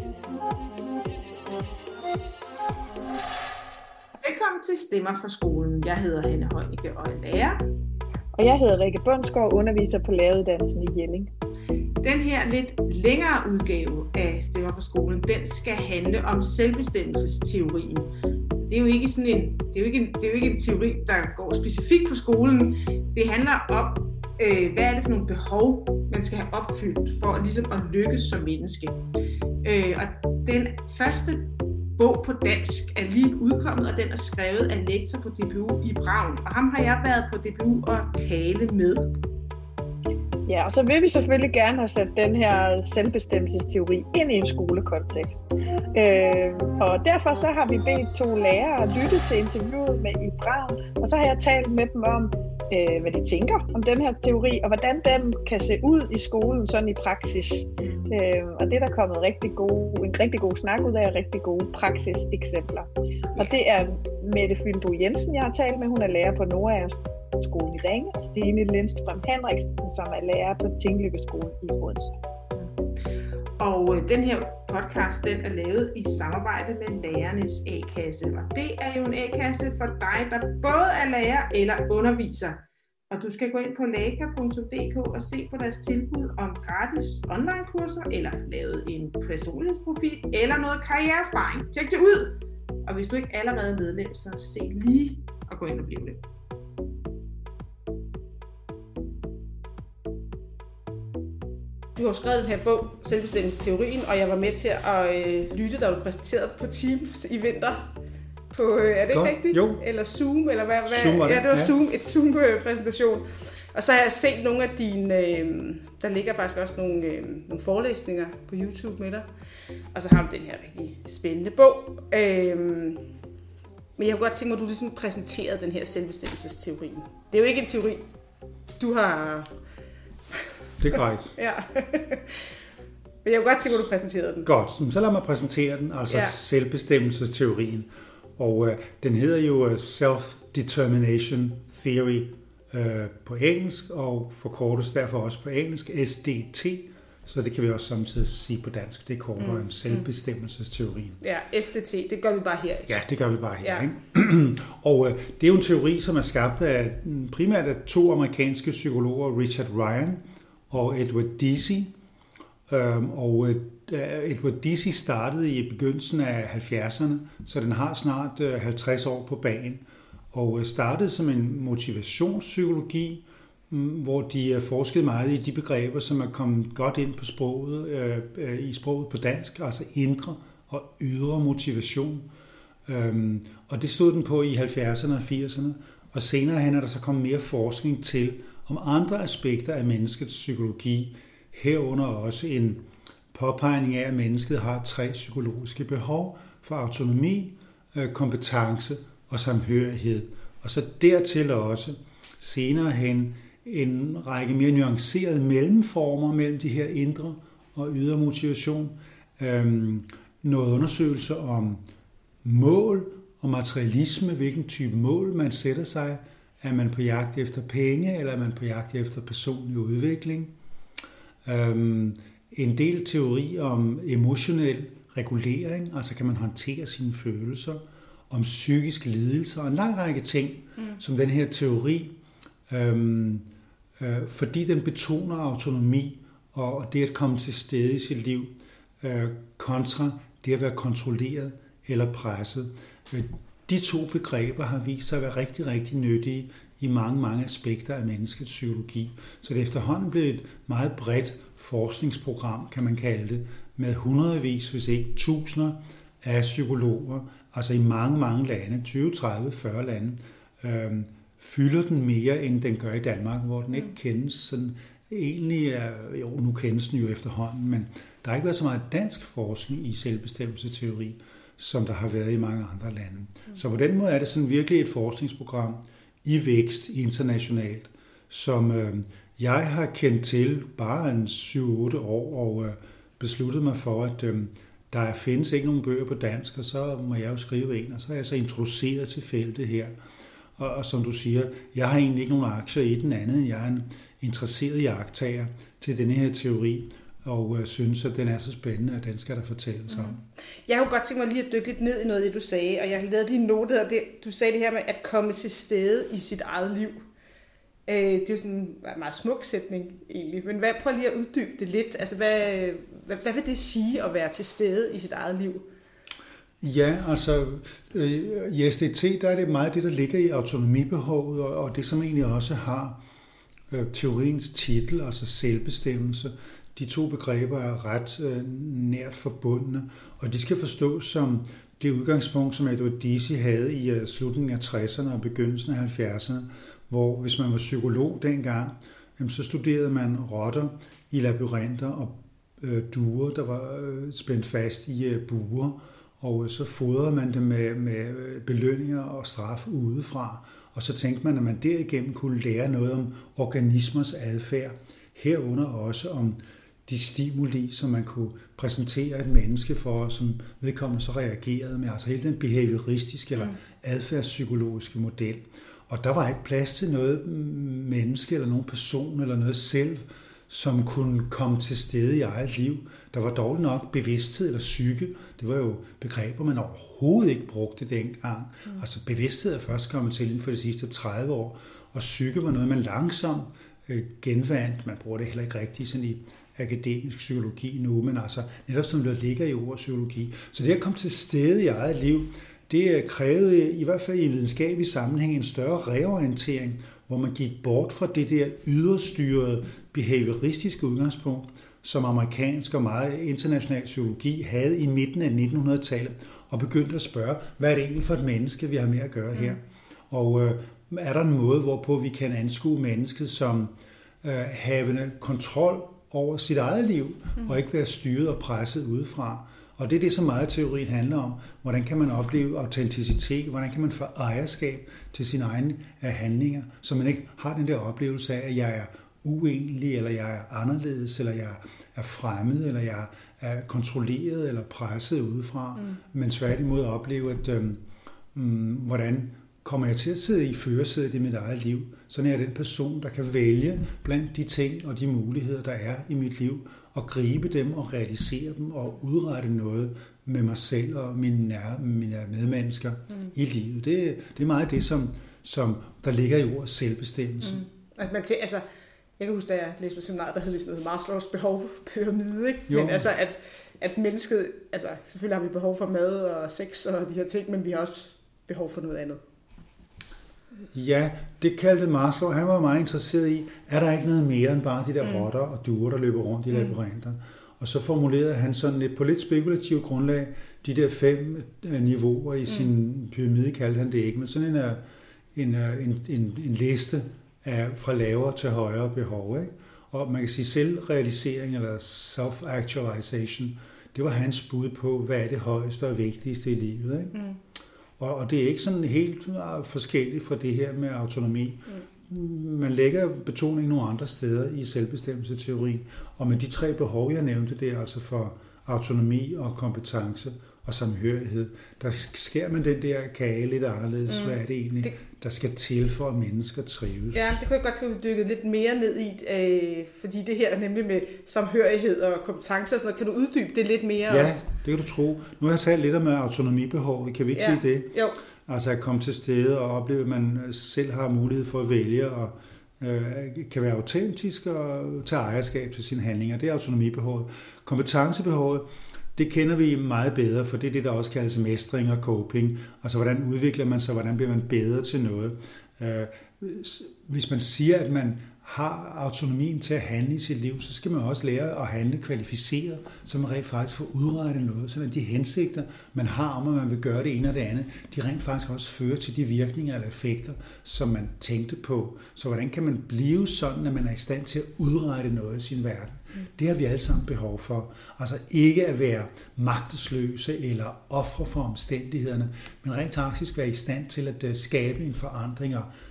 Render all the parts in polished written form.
Velkommen til Stemmer fra skolen. Jeg hedder Hanne Højnicke og er lærer. Og jeg hedder Rikke Bundsgaard, underviser på læreruddannelsen i Jelling. Den her lidt længere udgave af Stemmer fra skolen, den skal handle om selvbestemmelsesteorien. Det er jo ikke sådan en teori, der går specifikt på skolen. Det handler om, hvad er det for nogle behov, man skal have opfyldt for ligesom at lykkes som menneske. Og den første bog på dansk er lige udkommet, og den er skrevet af lektor på DPU i Braun. Og ham har jeg været på DPU og tale med. Ja, og så vil vi selvfølgelig gerne have sat den her selvbestemmelsesteori ind i en skolekontekst. Og derfor så har vi bedt 2 lærere at lytte til interviewet med i Braun, og så har jeg talt med dem om, hvad de tænker om den her teori, og hvordan den kan se ud i skolen sådan i praksis. Og det er der kommet en rigtig god snak ud af, rigtig gode praksiseksempler. Og det er Mette Fynbo Jensen, jeg har talt med. Hun er lærer på Nordager Skole i Ringe, og Stine Lindstrøm Henriksen, som er lærer på Tinglykke Skole i Odense. Og den her podcast, den er lavet i samarbejde med Lærernes A-kasse. Og det er jo en A-kasse for dig, der både er lærer eller underviser. Og du skal gå ind på laka.dk og se på deres tilbud om gratis online-kurser, eller lavet en personlighedsprofil, eller noget karrieresparing. Tjek det ud! Og hvis du ikke allerede er medlem, så se lige og gå ind og blive det. Du har skrevet den her bog, Selvbestemmelsesteorien, og jeg var med til at lytte, da du præsenterede på Teams i vinter. På, er det ikke rigtigt? Jo. Eller Zoom, eller hvad? Zoom var det. Ja, det var Zoom, et Zoom-præsentation. Og så har jeg set nogle af dine, der ligger faktisk også nogle forelæsninger på YouTube med dig. Og så har du den her rigtig spændende bog. Men jeg kunne godt tænke mig, at du ligesom præsenterede den her selvbestemmelsesteori. Det er jo ikke en teori, du har... Det er korrekt. Ja. Men jeg kunne godt tænke, at du præsenterede den. Godt, så lad mig præsentere den, altså selvbestemmelsesteorien. Og den hedder jo Self-Determination Theory på engelsk, og forkortes derfor også på engelsk SDT, så det kan vi også samtidig sige på dansk. Det er kortere end selvbestemmelsesteorien. Ja, SDT, det gør vi bare her. Ja, det gør vi bare her. Ja. Ikke? Og det er jo en teori, som er skabt af primært af 2 amerikanske psykologer, Richard Ryan og Edward Deci. Og Edward Deci startede i begyndelsen af 70'erne, så den har snart 50 år på bagen, og startede som en motivationspsykologi, hvor de forskede meget i de begreber, som er kommet godt ind på sproget, i sproget på dansk, altså indre og ydre motivation. Og det stod den på i 70'erne og 80'erne, og senere hen er der så kommet mere forskning til om andre aspekter af menneskets psykologi, herunder også en påpegning af, at mennesket har 3 psykologiske behov for autonomi, kompetence og samhørighed. Og så dertil også senere hen en række mere nuancerede mellemformer mellem de her indre og ydre motivation. Noget undersøgelser om mål og materialisme, hvilken type mål man sætter sig. Er man på jagt efter penge, eller er man på jagt efter personlig udvikling? En del teori om emotionel regulering, altså kan man håndtere sine følelser, om psykisk lidelse og en lang række ting, som den her teori, fordi den betoner autonomi og det at komme til stede i sit liv, kontra det at være kontrolleret eller presset. De 2 begreber har vist sig at være rigtig, rigtig nyttige i mange, mange aspekter af menneskets psykologi. Så det efterhånden blev et meget bredt forskningsprogram, kan man kalde det, med hundredvis, hvis ikke tusinder af psykologer, altså i mange, mange lande, 20, 30, 40 lande, fylder den mere, end den gør i Danmark, hvor den ikke kendes sådan egentlig. Nu kendes den jo efterhånden, men der har ikke været så meget dansk forskning i selvbestemmelsesteori, som der har været i mange andre lande. Så på den måde er det sådan virkelig et forskningsprogram i vækst internationalt, som jeg har kendt til bare en 7-8 år, og besluttet mig for, at der findes ikke nogen bøger på dansk, og så må jeg jo skrive en, og så er jeg så introduceret til feltet her. Og som du siger, jeg har egentlig ikke nogen aktier i den anden, end jeg er en interesseret iagttager til denne her teori, og synes, at den er så spændende, at den skal der fortælles om. Jeg kunne godt tænke mig lige at dykke lidt ned i noget af det, du sagde, og jeg har lavet lige en note der. Du sagde det her med at komme til stede i sit eget liv. Det er jo sådan en meget smuk sætning egentlig, men prøv lige at uddybe det lidt. Altså, hvad vil det sige at være til stede i sit eget liv? Ja, altså i SDT, der er det meget det, der ligger i autonomibehovet, og det, som egentlig også har teoriens titel, altså selvbestemmelse. De to begreber er ret nært forbundne, og de skal forstås som det udgangspunkt, som Edward Deci havde i slutningen af 60'erne og begyndelsen af 70'erne, hvor hvis man var psykolog dengang, så studerede man rotter i labyrinter og duer, der var spændt fast i buer, og så fodrede man dem med belønninger og straf udefra, og så tænkte man, at man derigennem kunne lære noget om organismers adfærd, herunder også om de stimuli, som man kunne præsentere et menneske for, som vedkommende så reagerede med, altså hele den behavioristiske eller adfærdspsykologiske model. Og der var ikke plads til noget menneske eller nogen person eller noget selv, som kunne komme til stede i eget liv. Der var dårligt nok bevidsthed eller psyke. Det var jo begreber, man overhovedet ikke brugte dengang. Altså bevidsthed er først kommet til inden for de sidste 30 år, og psyke var noget, man langsomt genvandt. Man bruger det heller ikke rigtigt sådan i akademisk psykologi nu, men altså netop som der ligger i ordet psykologi. Så det at komme til stede i eget liv, det krævede i hvert fald i en videnskabelig sammenhæng en større reorientering, hvor man gik bort fra det der yderstyrede behavioristiske udgangspunkt, som amerikansk og meget international psykologi havde i midten af 1900-tallet, og begyndte at spørge, hvad er det egentlig for et menneske, vi har med at gøre her? Og er der en måde, hvorpå vi kan anskue mennesket som havende kontrol over sit eget liv, og ikke være styret og presset udefra? Og det er det, som meget teorien handler om. Hvordan kan man opleve autenticitet? Hvordan kan man få ejerskab til sine egne handlinger, så man ikke har den der oplevelse af, at jeg er uenlig, eller jeg er anderledes, eller jeg er fremmed, eller jeg er kontrolleret eller presset udefra, men tværtimod at opleve, at hvordan kommer jeg til at sidde i førersædet i mit eget liv, så er jeg den person, der kan vælge blandt de ting og de muligheder, der er i mit liv, og gribe dem og realisere dem og udrette noget med mig selv og mine medmennesker i livet. Det er meget det, som der ligger i ordet selvbestemmelse. Altså, jeg kan huske, da jeg læste på seminaret, der hed det sådan noget Maslows behovspyramide, ikke? Jo. Men altså, at mennesket, altså selvfølgelig har vi behov for mad og sex og de her ting, men vi har også behov for noget andet. Ja, det kaldte Maslow. Han var meget interesseret i, er der ikke noget mere end bare de der rotter og duer, der løber rundt i labyrinter? Og så formulerede han sådan på lidt spekulativt grundlag de der 5 niveauer i sin pyramide, kaldte han det ikke, men sådan en liste af fra lavere til højere behov. Ikke? Og man kan sige selvrealisering eller self-actualization, det var hans bud på, hvad er det højeste og vigtigste i livet. Ikke? Og det er ikke sådan helt forskelligt fra det her med autonomi. Man lægger betoning nogle andre steder i selvbestemmelseteorien. Og med de 3 behov, jeg nævnte, det er altså for autonomi og kompetence og samhørighed. Der skærer man den der kage lidt anderledes. Hvad er det egentlig, der skal til for, at mennesker trives? Ja, det kunne jeg godt tænke at dykke lidt mere ned i, fordi det her nemlig med samhørighed og kompetence og sådan noget. Kan du uddybe det lidt mere også? Ja, det kan du tro. Nu har jeg talt lidt om autonomibehovet. Kan vi ikke sige det? Jo. Altså at komme til stede og opleve, at man selv har mulighed for at vælge og kan være autentisk og tage ejerskab til sine handlinger. Det er autonomibehovet. Kompetencebehovet, det kender vi meget bedre, for det er det, der også kaldes mestring og coping. Altså, hvordan udvikler man sig, hvordan bliver man bedre til noget. Hvis man siger, at man har autonomien til at handle i sit liv, så skal man også lære at handle kvalificeret, så man rent faktisk får udrettet noget, så de hensigter, man har om, at man vil gøre det ene og det andet, de rent faktisk også fører til de virkninger eller effekter, som man tænkte på. Så hvordan kan man blive sådan, at man er i stand til at udrette noget i sin verden? Det har vi alle sammen behov for. Altså ikke at være magtesløse eller ofre for omstændighederne, men rent faktisk være i stand til at skabe en forandring og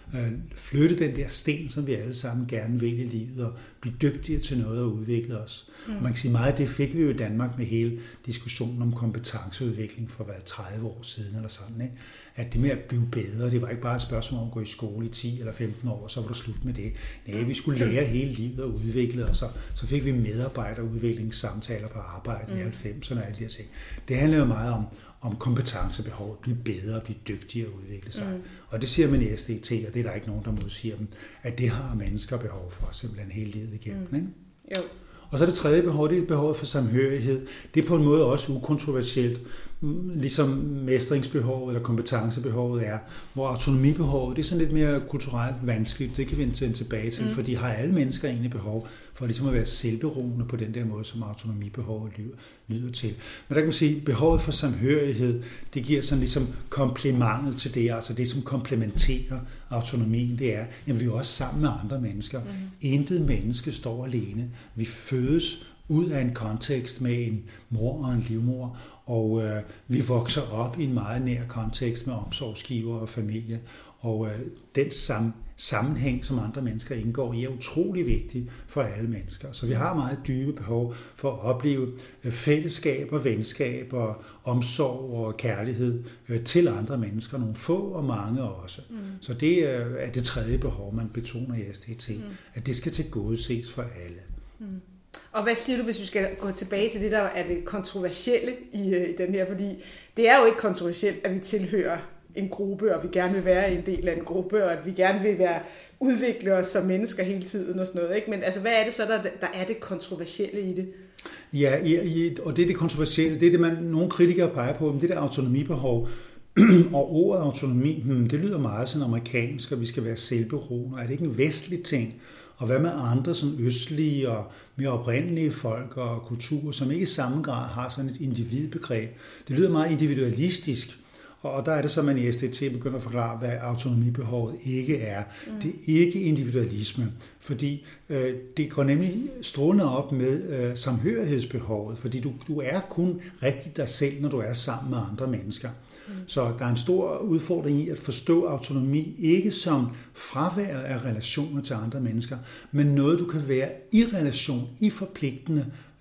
flytte den der sten, som vi alle sammen gerne vil i livet, og blive dygtigere til noget og udvikle os. Og man kan sige, meget af det fik vi jo i Danmark med hele diskussionen om kompetenceudvikling for 30 år siden eller sådan, ikke? At det med at blive bedre, det var ikke bare et spørgsmål om at gå i skole i 10 eller 15 år, og så var der slut med det. Nej, vi skulle lære hele livet og udvikle, og så fik vi medarbejderudviklingssamtaler på arbejde i 90'erne og alle de her ting. Det handler jo meget om kompetencebehov, at blive bedre, blive dygtigere og udvikle sig. Og det siger man i SDT, og det er der ikke nogen, der modsiger dem, at det har mennesker behov for, simpelthen hele livet igennem. Ikke? Jo. Og så det tredje behov, det er behovet for samhørighed. Det er på en måde også ukontroversielt, ligesom mestringsbehovet eller kompetencebehovet er, hvor autonomibehovet, det er sådan lidt mere kulturelt vanskeligt, det kan vi vende tilbage til, fordi har alle mennesker egentlig behov for ligesom at være selvberoende på den der måde, som autonomibehovet lyder til. Men der kan man sige, behovet for samhørighed, det giver sådan ligesom komplementet til det, altså det, som komplementerer autonomien, det er, at vi er også sammen med andre mennesker. Intet menneske står alene. Vi fødes ud af en kontekst med en mor og en livmor, og vi vokser op i en meget nær kontekst med omsorgsgiver og familie, og den sammenhæng, som andre mennesker indgår i, er utrolig vigtig for alle mennesker. Så vi har meget dybe behov for at opleve fællesskab og venskab og omsorg og kærlighed til andre mennesker, nogle få og mange også. Så det er det tredje behov, man betoner i SDT, at det skal tilgodeses for alle. Og hvad siger du, hvis vi skal gå tilbage til det, der er det kontroversielle i den her? Fordi det er jo ikke kontroversielt, at vi tilhører en gruppe, og vi gerne vil være en del af en gruppe, og at vi gerne vil udvikle os som mennesker hele tiden og sådan noget. Ikke? Men altså, hvad er det så, der er det kontroversielle i det? Ja, og det er det kontroversielle. Det er det, nogle kritikere peger på, men det der autonomibehov. Og ordet autonomi, det lyder meget sådan amerikansk, og vi skal være selvberoende. Er det ikke en vestlig ting? Og hvad med andre sådan østlige og mere oprindelige folk og kulturer, som ikke i samme grad har sådan et individbegreb? Det lyder meget individualistisk, og der er det så, man i SDT begynder at forklare, hvad autonomibehovet ikke er. Det er ikke individualisme, fordi det går nemlig strålende op med samhørighedsbehovet, fordi du er kun rigtig dig selv, når du er sammen med andre mennesker. Så der er en stor udfordring i at forstå autonomi ikke som fravær af relationer til andre mennesker, men noget, du kan være i relation, i forpligtende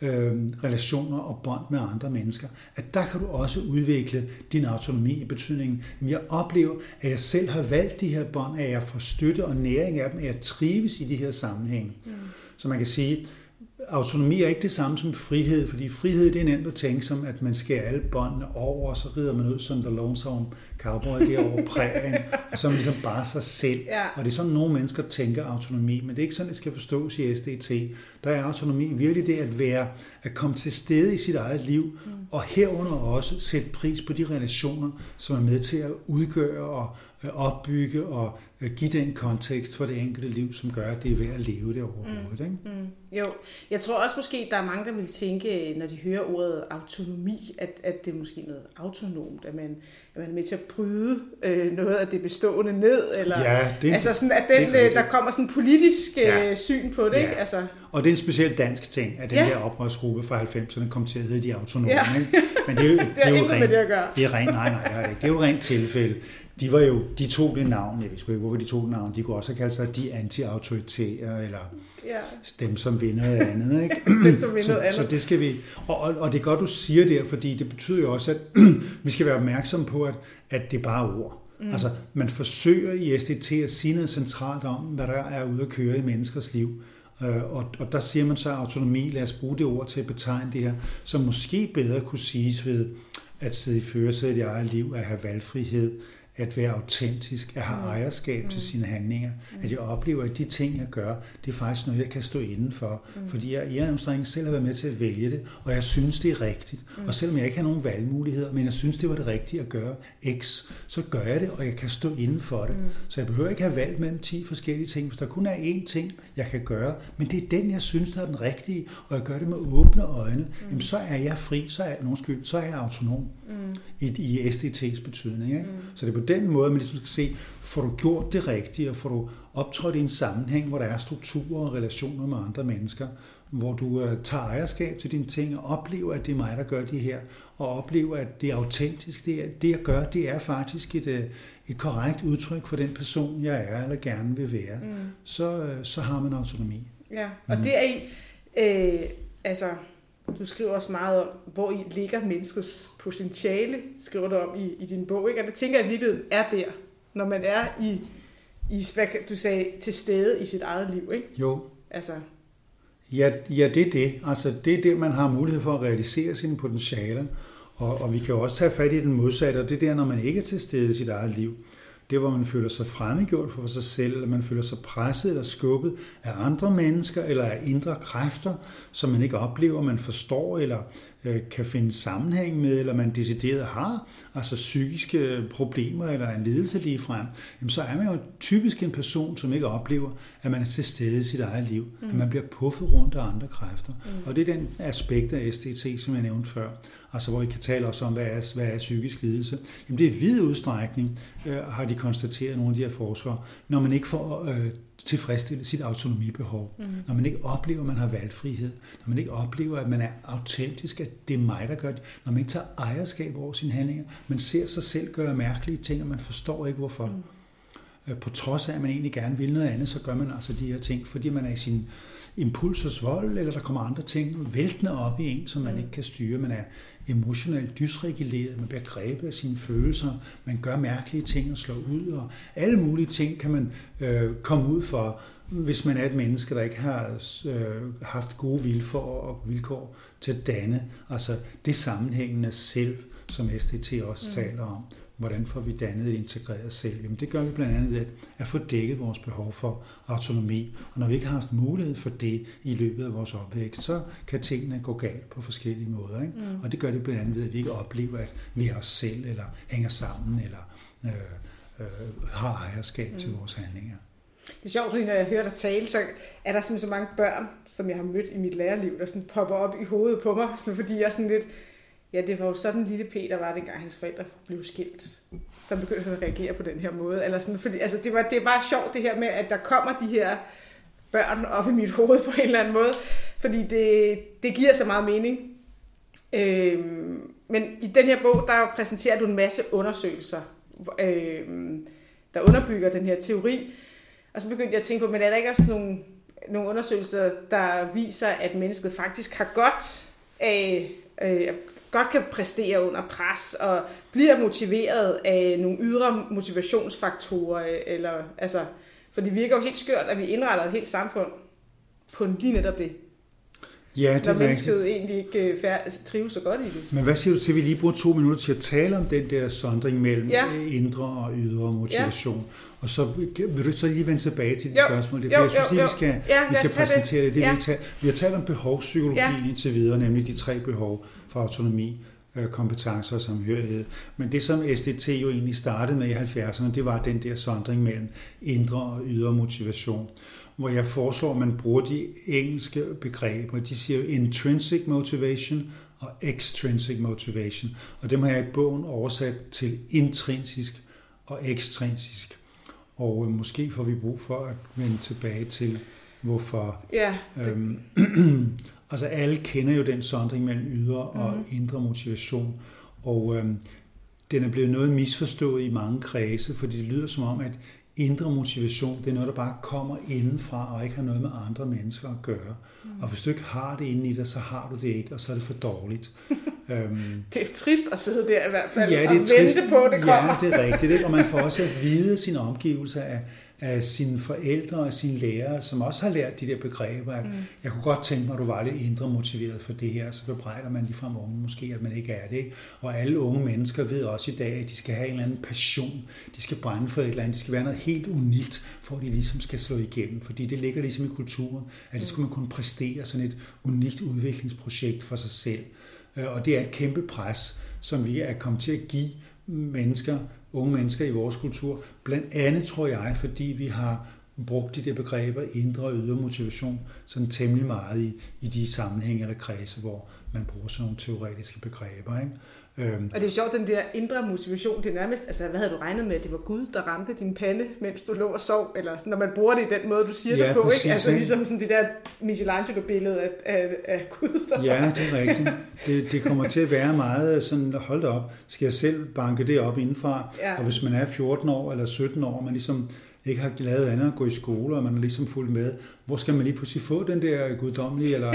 relationer og bånd med andre mennesker. At der kan du også udvikle din autonomi i betydningen, at jeg oplever, at jeg selv har valgt de her bånd, at jeg får støtte og næring af dem, at jeg trives i de her sammenhænge. Så man kan sige, autonomi er ikke det samme som frihed, fordi frihed det er nemt at tænke som, at man skærer alle båndene over, og så rider man ud som The Lonesome Cowboy derovre prærien, og så er man ligesom bare sig selv. Ja. Og det er sådan, nogle mennesker tænker autonomi, men det er ikke sådan, det skal forstås i SDT. Der er autonomi virkelig det at komme til stede i sit eget liv, og herunder også sætte pris på de relationer, som er med til at udgøre og opbygge og give den kontekst for det enkelte liv, som gør, at det er værd at leve det overhovedet. Ikke? Jo, jeg tror også måske, der er mange, der vil tænke, når de hører ordet autonomi, at det er måske noget autonomt, at man er med til at bryde noget af det bestående ned, eller altså sådan, at der kommer sådan en politisk syn på det. Ja. Ikke? Altså. Og det er en speciel dansk ting, at den her oprørsgruppe fra 90'erne kom til at hedde de autonome. Ja. Men det er jo rent, det er rent, nej, det er jo rent tilfælde. De tog det navn, jeg ved sgu ikke, hvorfor de tog det navn, de kunne også kalde sig de anti-autoritære, eller dem, som vinder andet, ikke? Dem, som vinder andet. Så det skal vi, og det er godt, du siger det, fordi det betyder jo også, at vi skal være opmærksomme på, at det er bare ord. Altså, man forsøger i SDT at sige noget centralt om, hvad der er ude at køre i menneskers liv. Og der siger man så autonomi, lad os bruge det ord til at betegne det her, som måske bedre kunne siges ved at sidde i førersædet i eget liv, at have valgfrihed, at være autentisk, at have ejerskab til sine handlinger, at jeg oplever, at de ting, jeg gør, det er faktisk noget, jeg kan stå inden for, fordi jeg i en streng selv har været med til at vælge det, og jeg synes, det er rigtigt. Og selvom jeg ikke har nogen valgmuligheder, men jeg synes, det var det rigtige at gøre X, så gør jeg det, og jeg kan stå inden for det. Så jeg behøver ikke have valgt mellem 10 forskellige ting, hvis der kun er én ting, jeg kan gøre, men det er den, jeg synes, der er den rigtige, og jeg gør det med åbne øjne, jamen, så er jeg fri, så er jeg autonom i SDT's betydning. Ikke? Så det er på den måde, man ligesom skal se, får du gjort det rigtige, og får du optrådt i en sammenhæng, hvor der er strukturer og relationer med andre mennesker, hvor du tager ejerskab til dine ting, og oplever, at det er mig, der gør det her, og oplever, at det er autentisk. Det jeg gør, det er faktisk et korrekt udtryk for den person, jeg er eller gerne vil være, så har man autonomi. Ja, og det er du skriver også meget om, hvor i ligger menneskets potentiale, skriver du om i din bog, ikke? Og det tænker jeg i virkeligheden er der, når man er i hvad du sagde, til stede i sit eget liv, ikke? Jo. Altså. Ja, det er det. Altså, det er det, man har mulighed for at realisere sine potentialer. Og vi kan jo også tage fat i den modsatte, og det er der, når man ikke er til stede i sit eget liv. Det, hvor man føler sig fremmedgjort for sig selv, eller man føler sig presset eller skubbet af andre mennesker, eller af indre kræfter, som man ikke oplever, man forstår, eller kan finde sammenhæng med, eller man decideret har, altså psykiske problemer, eller en lidelse lige frem, jamen så er man jo typisk en person, som ikke oplever, at man er til stede i sit eget liv, at man bliver puffet rundt af andre kræfter. Og det er den aspekt af SDT, som jeg nævnte før, altså hvor I kan tale også om, hvad er psykisk lidelse. Jamen det er i vid udstrækning, har de konstateret, nogle af de her forskere, når man ikke får tilfredsstillet sit autonomibehov, når man ikke oplever, at man har valgfrihed, når man ikke oplever, at man er autentisk, at det er mig, der gør det, når man ikke tager ejerskab over sine handlinger, man ser sig selv gøre mærkelige ting, og man forstår ikke, hvorfor. På trods af, at man egentlig gerne vil noget andet, så gør man altså de her ting, fordi man er i sin impulsers vold, eller der kommer andre ting væltende op i en, som man ikke kan styre. Man er emotionelt dysreguleret, man bliver grebet af sine følelser, man gør mærkelige ting og slår ud, og alle mulige ting kan man komme ud for, hvis man er et menneske, der ikke har haft gode vilkår til at danne. Altså det sammenhængende selv, som SDT også taler om. Hvordan får vi dannet et integreret selv? Jamen det gør vi blandt andet ved at få dækket vores behov for autonomi. Og når vi ikke har haft mulighed for det i løbet af vores opvækst, så kan tingene gå galt på forskellige måder. Ikke? Og det gør det blandt andet ved, at vi ikke oplever, at vi er os selv, eller hænger sammen, eller har ejerskab til vores handlinger. Det er sjovt, fordi når jeg hører dig tale, så er der simpelthen så mange børn, som jeg har mødt i mit lærerliv, der sådan popper op i hovedet på mig, sådan, fordi jeg er sådan lidt... Ja, det var jo sådan lille Peter var, dengang hans forældre blev skilt. Så begyndte han at reagere på den her måde. Eller sådan, fordi, altså, det er bare sjovt det her med, at der kommer de her børn op i mit hoved på en eller anden måde. Fordi det giver så meget mening. Men i den her bog, der præsenterer du en masse undersøgelser, der underbygger den her teori. Og så begyndte jeg at tænke på, men er der ikke også nogle undersøgelser, der viser, at mennesket faktisk har godt af... godt kan præstere under pres og bliver motiveret af nogle ydre motivationsfaktorer, eller altså, for det virker jo helt skørt, at vi indretter et helt samfund på en lige netop det. Ja, det er mennesket egentlig ikke trives så godt i det. Men hvad siger du til, at vi lige bruger 2 minutter til at tale om den der sondring mellem indre og ydre motivation? Og så vil du så lige vende tilbage til de spørgsmål. Det jeg synes lige, vi skal præsentere det. Vi har talt om behovspsykologien indtil videre, nemlig de 3 behov for autonomi, kompetencer og samhørighed. Men det, som SDT jo egentlig startede med i 70'erne, det var den der sondring mellem indre og ydre motivation, hvor jeg foreslår, at man bruger de engelske begreber. De siger jo intrinsic motivation og extrinsic motivation. Og dem har jeg i bogen oversat til intrinsisk og ekstrinsisk. Og måske får vi brug for at vende tilbage til, hvorfor. Ja. Altså alle kender jo den sondring mellem ydre og indre motivation. Og den er blevet noget misforstået i mange kredse, fordi det lyder som om, at indre motivation, det er noget, der bare kommer indenfra og ikke har noget med andre mennesker at gøre. Og hvis du ikke har det inde i dig, så har du det ikke, og så er det for dårligt. Det er trist at sidde der i hvert fald og vente på, at det kommer. Ja, det er rigtigt. Ikke? Og man får også at vide sine omgivelser af sine forældre og sine lærere, som også har lært de der begreber, at jeg kunne godt tænke mig, at du var lidt indre motiveret for det her, så bebrejder man ligefrem unge måske, at man ikke er det. Ikke? Og alle unge mennesker ved også i dag, at de skal have en eller anden passion, de skal brænde for et eller andet, det skal være noget helt unikt, for at de ligesom skal slå igennem, fordi det ligger ligesom i kulturen, at det skulle man kunne præstere sådan et unikt udviklingsprojekt for sig selv. Og det er et kæmpe pres, som vi er kommet til at give unge mennesker i vores kultur. Blandt andet, tror jeg, fordi vi har brugt de der begreber indre og ydre motivation sådan temmelig meget i de sammenhænge eller kredse, hvor man bruger sådan nogle teoretiske begreber. Ikke? Og det er jo sjovt, den der indre motivation, det er nærmest, altså hvad havde du regnet med, at det var Gud, der ramte din pande, mens du lå og sov, eller når man bruger det i den måde, du siger det på, præcis, ikke? Altså ligesom sådan det der Michelangelo-billede af Gud. Ja, det er rigtigt. Det kommer til at være meget sådan, hold da op, skal jeg selv banke det op indenfra, og hvis man er 14 år eller 17 år, man ligesom ikke har lavet andet at gå i skole, og man er ligesom fuldt med, hvor skal man lige pludselig få den der guddommelige eller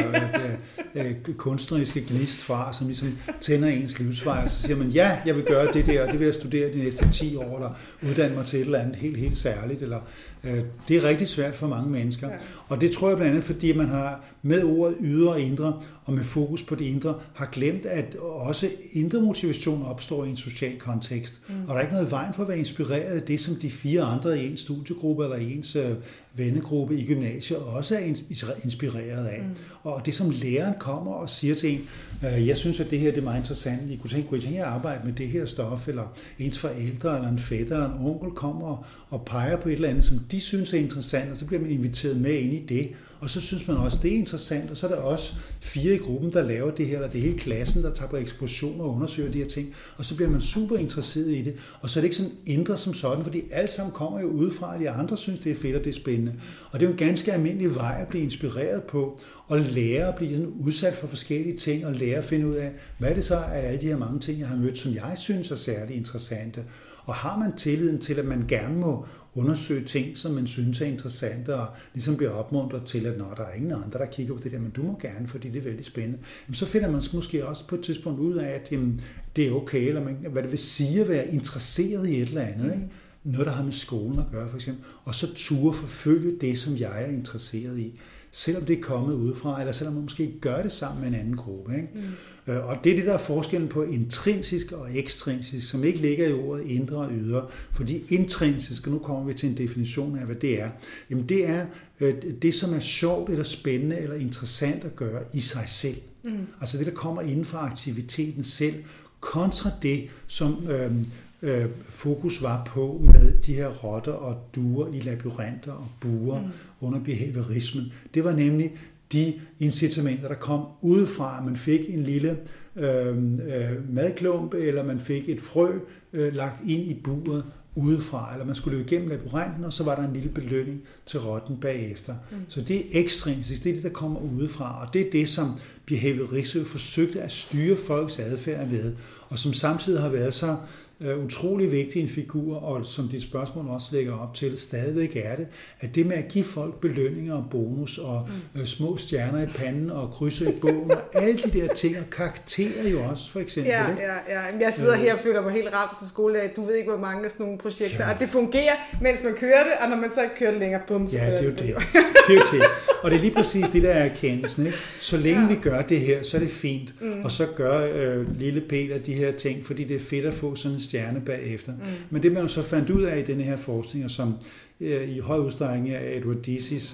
kunstneriske gnist fra, som ligesom tænder ens livsvej, og så siger man, ja, jeg vil gøre det der, og det vil jeg studere de næste 10 år, eller uddanne mig til et eller andet helt særligt, eller det er rigtig svært for mange mennesker. Ja. Og det tror jeg blandt andet, fordi man har med ordet ydre og indre, og med fokus på det indre, har glemt, at også indre motivation opstår i en social kontekst. Og der er ikke noget i vejen for at være inspireret af det, som de 4 andre i ens studiegruppe eller i ens vennegruppe i gymnasiet også er inspireret af. Og det, som læreren kommer og siger til en, jeg synes, at det her det er meget interessant, I kunne tænke at arbejde med det her stof, eller ens forældre, eller en fætter, eller en onkel kommer og peger på et eller andet, som de synes er interessant, og så bliver man inviteret med ind i det. Og så synes man også, det er interessant, og så er der også 4 i gruppen, der laver det her, eller det er hele klassen, der tager på ekskursioner og undersøger de her ting, og så bliver man super interesseret i det, og så er det ikke sådan indre som sådan, fordi alle sammen kommer jo udefra, og de andre synes, det er fedt, og det er spændende. Og det er jo en ganske almindelig vej at blive inspireret på, og lære at blive sådan udsat for forskellige ting, og lære at finde ud af, hvad er det så af alle de her mange ting, jeg har mødt, som jeg synes er særlig interessante. Og har man tilliden til, at man gerne må undersøge ting, som man synes er interessante, og ligesom bliver opmuntret til, at der er ingen andre, der kigger på det der, men du må gerne, fordi det er vældig spændende. Jamen, så finder man måske også på et tidspunkt ud af, at det er okay, eller hvad det vil sige at være interesseret i et eller andet. Ikke? Noget, der har med skolen at gøre, for eksempel. Og så turde forfølge det, som jeg er interesseret i. Selvom det er kommet udefra, eller selvom man måske gør det sammen med en anden gruppe. Ikke? Og det er det, der er forskellen på intrinsisk og ekstrinsisk, som ikke ligger i ordet indre og ydre. Fordi intrinsisk, og nu kommer vi til en definition af, hvad det er, jamen det er det, som er sjovt, eller spændende, eller interessant at gøre i sig selv. Altså det, der kommer inden for aktiviteten selv, kontra det, som fokus var på med de her rotter og duer i labyrinter og buer under behaviorismen. Det var nemlig de incitamenter, der kom udefra, at man fik en lille madklump, eller man fik et frø lagt ind i buret udefra, eller man skulle løbe igennem labyrinten, og så var der en lille belønning til rotten bagefter. Så det er ekstrinsisk, det er det, der kommer udefra, og det er det, som behaviorisme forsøgte at styre folks adfærd ved, og som samtidig har været så utrolig vigtig en figur, og som dit spørgsmål også lægger op til, stadigvæk er det, at det med at give folk belønninger og bonus, og små stjerner i panden, og krydser i bogen, og alle de der ting, og karakterer jo også, for eksempel. Ja. Jeg sidder her og føler mig helt ramt som skolelærer. Du ved ikke, hvor mange af sådan nogle projekter, og det fungerer, mens man kører det, og når man så ikke kører det længere, bum. Ja, det er jo det. Det er jo det. Og det er lige præcis det, der er erkendelsen. Ikke? Så længe vi gør det her, så er det fint, og så gør lille Peter de her ting, fordi det er fedt at få sådan en stjerne bagefter. Men det man jo så fandt ud af i denne her forskning, og som i høj udstrækning af Edward Dici's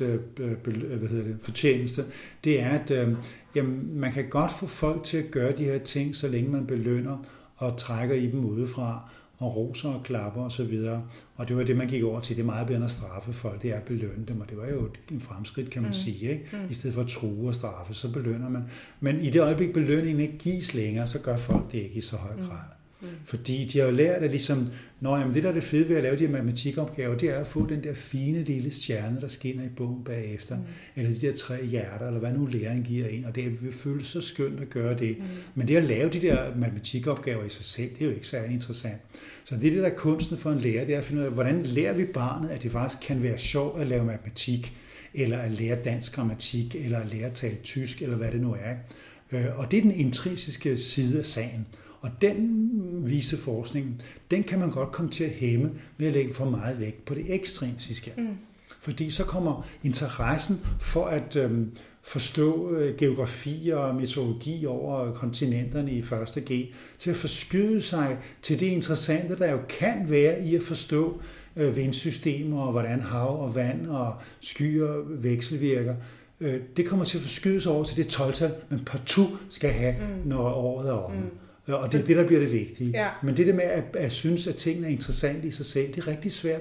fortjeneste, det er, at man kan godt få folk til at gøre de her ting, så længe man belønner og trækker i dem udefra, og roser og klapper og så videre. Og det var det, man gik over til. Det er meget bedre at straffe folk, det er at belønne dem, og det var jo en fremskridt, kan man sige. Ikke? I stedet for at true og straffe, så belønner man. Men i det øjeblik, belønningen ikke gives længere, så gør folk det ikke i så høj grad. Fordi de har jo lært, at ligesom, det der er det fede ved at lave de her matematikopgaver, det er at få den der fine lille stjerne, der skinner i bogen bagefter, eller de der 3 hjerter, eller hvad nu læreren giver en, og det vil føles så skønt at gøre det. Men det at lave de der matematikopgaver i sig selv, det er jo ikke særlig interessant. Så det der er kunsten for en lærer, det er at finde ud af, hvordan lærer vi barnet, at det faktisk kan være sjovt at lave matematik, eller at lære dansk grammatik, eller at lære at tale tysk, eller hvad det nu er. Og det er den intrinsiske side af sagen. Og den viseforskning, den kan man godt komme til at hæmme ved at lægge for meget vægt på det ekstrinsiske. Fordi så kommer interessen for at forstå geografi og meteorologi over kontinenterne i 1.G til at forskyde sig til det interessante, der jo kan være i at forstå vindsystemer og hvordan hav og vand og skyer vekselvirker. Det kommer til at forskyde sig over til det 12-tal, man partout skal have, når året er omme. Og det er det, der bliver det vigtige. Ja. Men det der med at synes, at tingene er interessante i sig selv, det er rigtig svært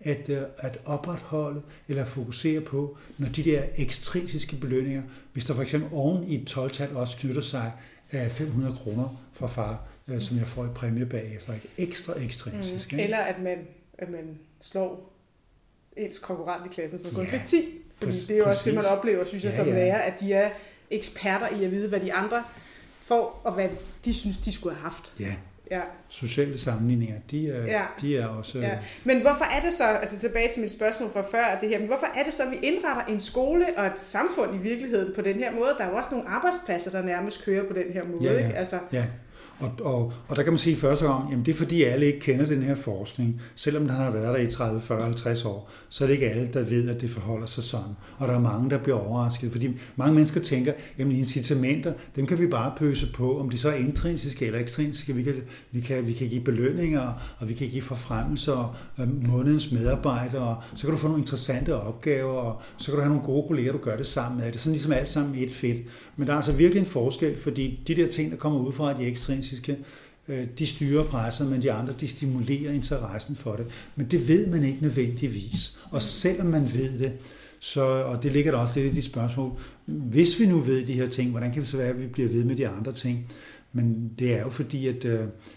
at opretholde eller fokusere på, når de der ekstrinsiske belønninger, hvis der for eksempel oven i et 12-tal også knytter sig 500 kroner fra far, som jeg får i præmie bagefter. Ikke? Ekstra ekstrinsisk. Eller at man slår ens konkurrent i klassen, som kun fik 10. Fordi det er jo også det, man oplever, synes jeg, som lærer, at de er eksperter i at vide, hvad de andre får, og hvad de synes, de skulle have haft. Ja. Sociale sammenligninger, de er også... Ja. Men hvorfor er det så, altså tilbage til mit spørgsmål fra før, det her, men hvorfor er det så, at vi indretter en skole og et samfund i virkeligheden på den her måde? Der er jo også nogle arbejdspladser, der nærmest kører på den her måde, ikke? Altså... Ja. Og der kan man sige først om, jamen det er fordi alle ikke kender den her forskning. Selvom den har været der i 30, 40, 50 år, så er det ikke alle, der ved, at det forholder sig sådan. Og der er mange, der bliver overrasket, fordi mange mennesker tænker, jamen incitamenter, dem kan vi bare pøse på, om de så er intrinsiske eller ekstrinsiske. Vi kan give belønninger, og vi kan give forfremmelser, månedens medarbejdere, så kan du få nogle interessante opgaver, og så kan du have nogle gode kolleger, du gør det sammen med. Det er sådan ligesom alt sammen et fedt. Men der er altså virkelig en forskel, fordi de der ting, der kommer ud fra de ekstrinsiske, de styrer presset, men de andre, de stimulerer interessen for det. Men det ved man ikke nødvendigvis. Og selvom man ved det, og det ligger der også lidt i de spørgsmål, hvis vi nu ved de her ting, hvordan kan det så være, at vi bliver ved med de andre ting? Men det er jo fordi, at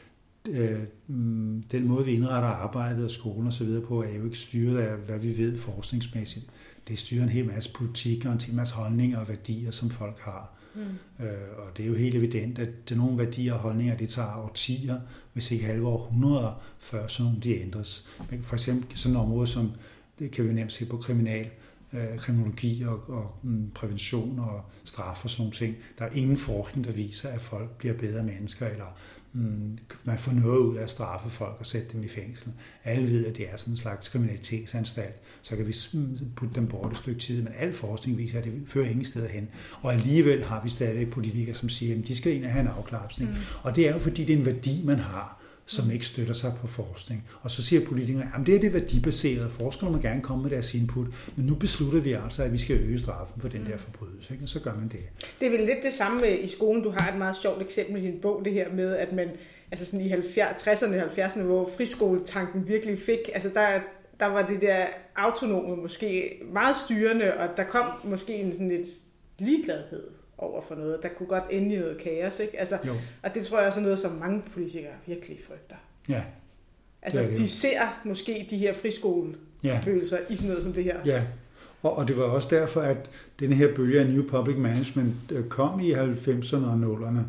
den måde, vi indretter arbejdet og skolen og så videre på, er jo ikke styret af, hvad vi ved forskningsmæssigt. Det styrer en hel masse politik og en hel masse holdninger og værdier, som folk har. Og det er jo helt evident, at det er nogle værdier og holdninger, det tager årtier, hvis ikke halve århundreder, før sådan nogle de ændres. For eksempel sådan et område, som det kan vi nemt se på kriminologi og prævention og straf og sådan nogle ting. Der er ingen forskning, der viser, at folk bliver bedre mennesker, eller man får noget ud af at straffe folk og sætte dem i fængsel. Alle ved, at det er sådan en slags kriminalitetsanstalt. Så kan vi putte dem bort et stykke tid, men al forskning viser, at det fører ingen steder hen. Og alligevel har vi stadig politikere, som siger, at de skal ind og have en afklapsning. Og det er jo fordi, det er en værdi, man har, som ikke støtter sig på forskning. Og så siger politikerne, at det er det værdibaserede. Forskerne må gerne komme med deres input, men nu beslutter vi altså, at vi skal øge straffen for den der forbrydelse. Ikke? Og så gør man det. Det er vel lidt det samme i skolen. Du har et meget sjovt eksempel i din bog, det her med, at man altså sådan i 60'erne og 70'erne, hvor friskoletanken virkelig fik, altså der var det der autonome måske meget styrende, og der kom måske en sådan lidt ligegladhed over for noget. Der kunne godt ende i noget kaos, ikke? Altså, og det tror jeg også er noget, som mange politikere virkelig frygter. Ja. Altså, de ser måske de her friskolefølelser i sådan noget som det her. Ja, og det var også derfor, at den her bølge af New Public Management kom i 90'erne og 0'erne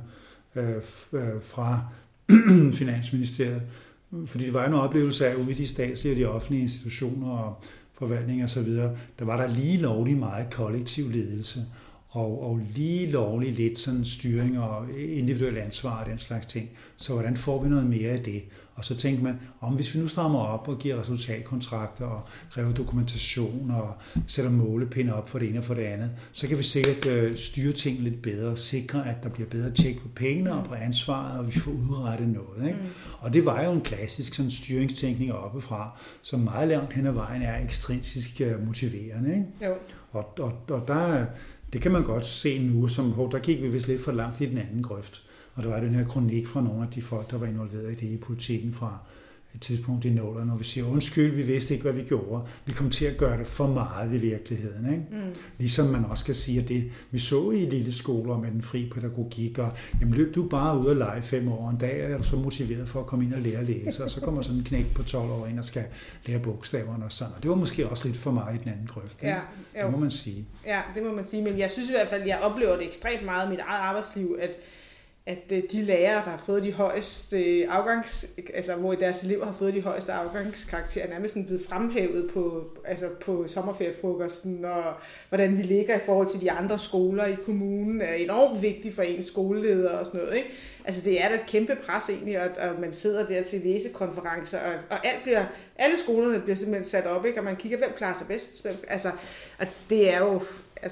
fra Finansministeriet. Fordi det var en oplevelse af, ude i de statslige og de offentlige institutioner og forvaltninger osv., der var der lige lovlig meget kollektiv ledelse. Og lige lovligt lidt sådan styring og individuel ansvar og den slags ting. Så hvordan får vi noget mere af det? Og så tænker man, hvis vi nu strammer op og giver resultatkontrakter og kræver dokumentation og sætter målepinde op for det ene og for det andet, så kan vi sikkert styre ting lidt bedre, sikre, at der bliver bedre tjek på pengene og på ansvaret, og vi får udrettet noget. Ikke? Og det var jo en klassisk sådan styringstænkning oppefra, som meget langt hen ad vejen er ekstrinsisk motiverende. Ikke? Jo. Og der... Det kan man godt se nu, der gik vi vist lidt for langt i den anden grøft. Og der var den her kronik fra nogle af de folk, der var involveret i det i politikken fra et tidspunkt i 0'erne, når vi siger, undskyld, vi vidste ikke, hvad vi gjorde. Vi kom til at gøre det for meget i virkeligheden. Ikke? Ligesom man også kan sige, at det vi så i lille skoler med den fri pædagogik, og jamen, løb du bare ud og lege 5 år, og en dag er du så motiveret for at komme ind og lære at læse, og så kommer sådan en knæk på 12 år ind og skal lære bogstaverne og sådan. Og det var måske også lidt for meget i den anden grøft. Ikke? Ja, det må man sige. Ja, det må man sige, men jeg synes i hvert fald, jeg oplever det ekstremt meget i mit eget arbejdsliv, at de lærere, der har fået de højeste altså hvor deres elever har fået de højeste afgangskarakterer, nærmest sådan blevet fremhævet på sommerferiefrokosten, og hvordan vi ligger i forhold til de andre skoler i kommunen, er enormt vigtigt for ens skoleleder og sådan noget. Ikke? Altså det er da et kæmpe pres egentlig, og man sidder der til læsekonferencer, og alle skolerne bliver simpelthen sat op, ikke? Og man kigger, hvem klarer sig bedst. Og det er jo,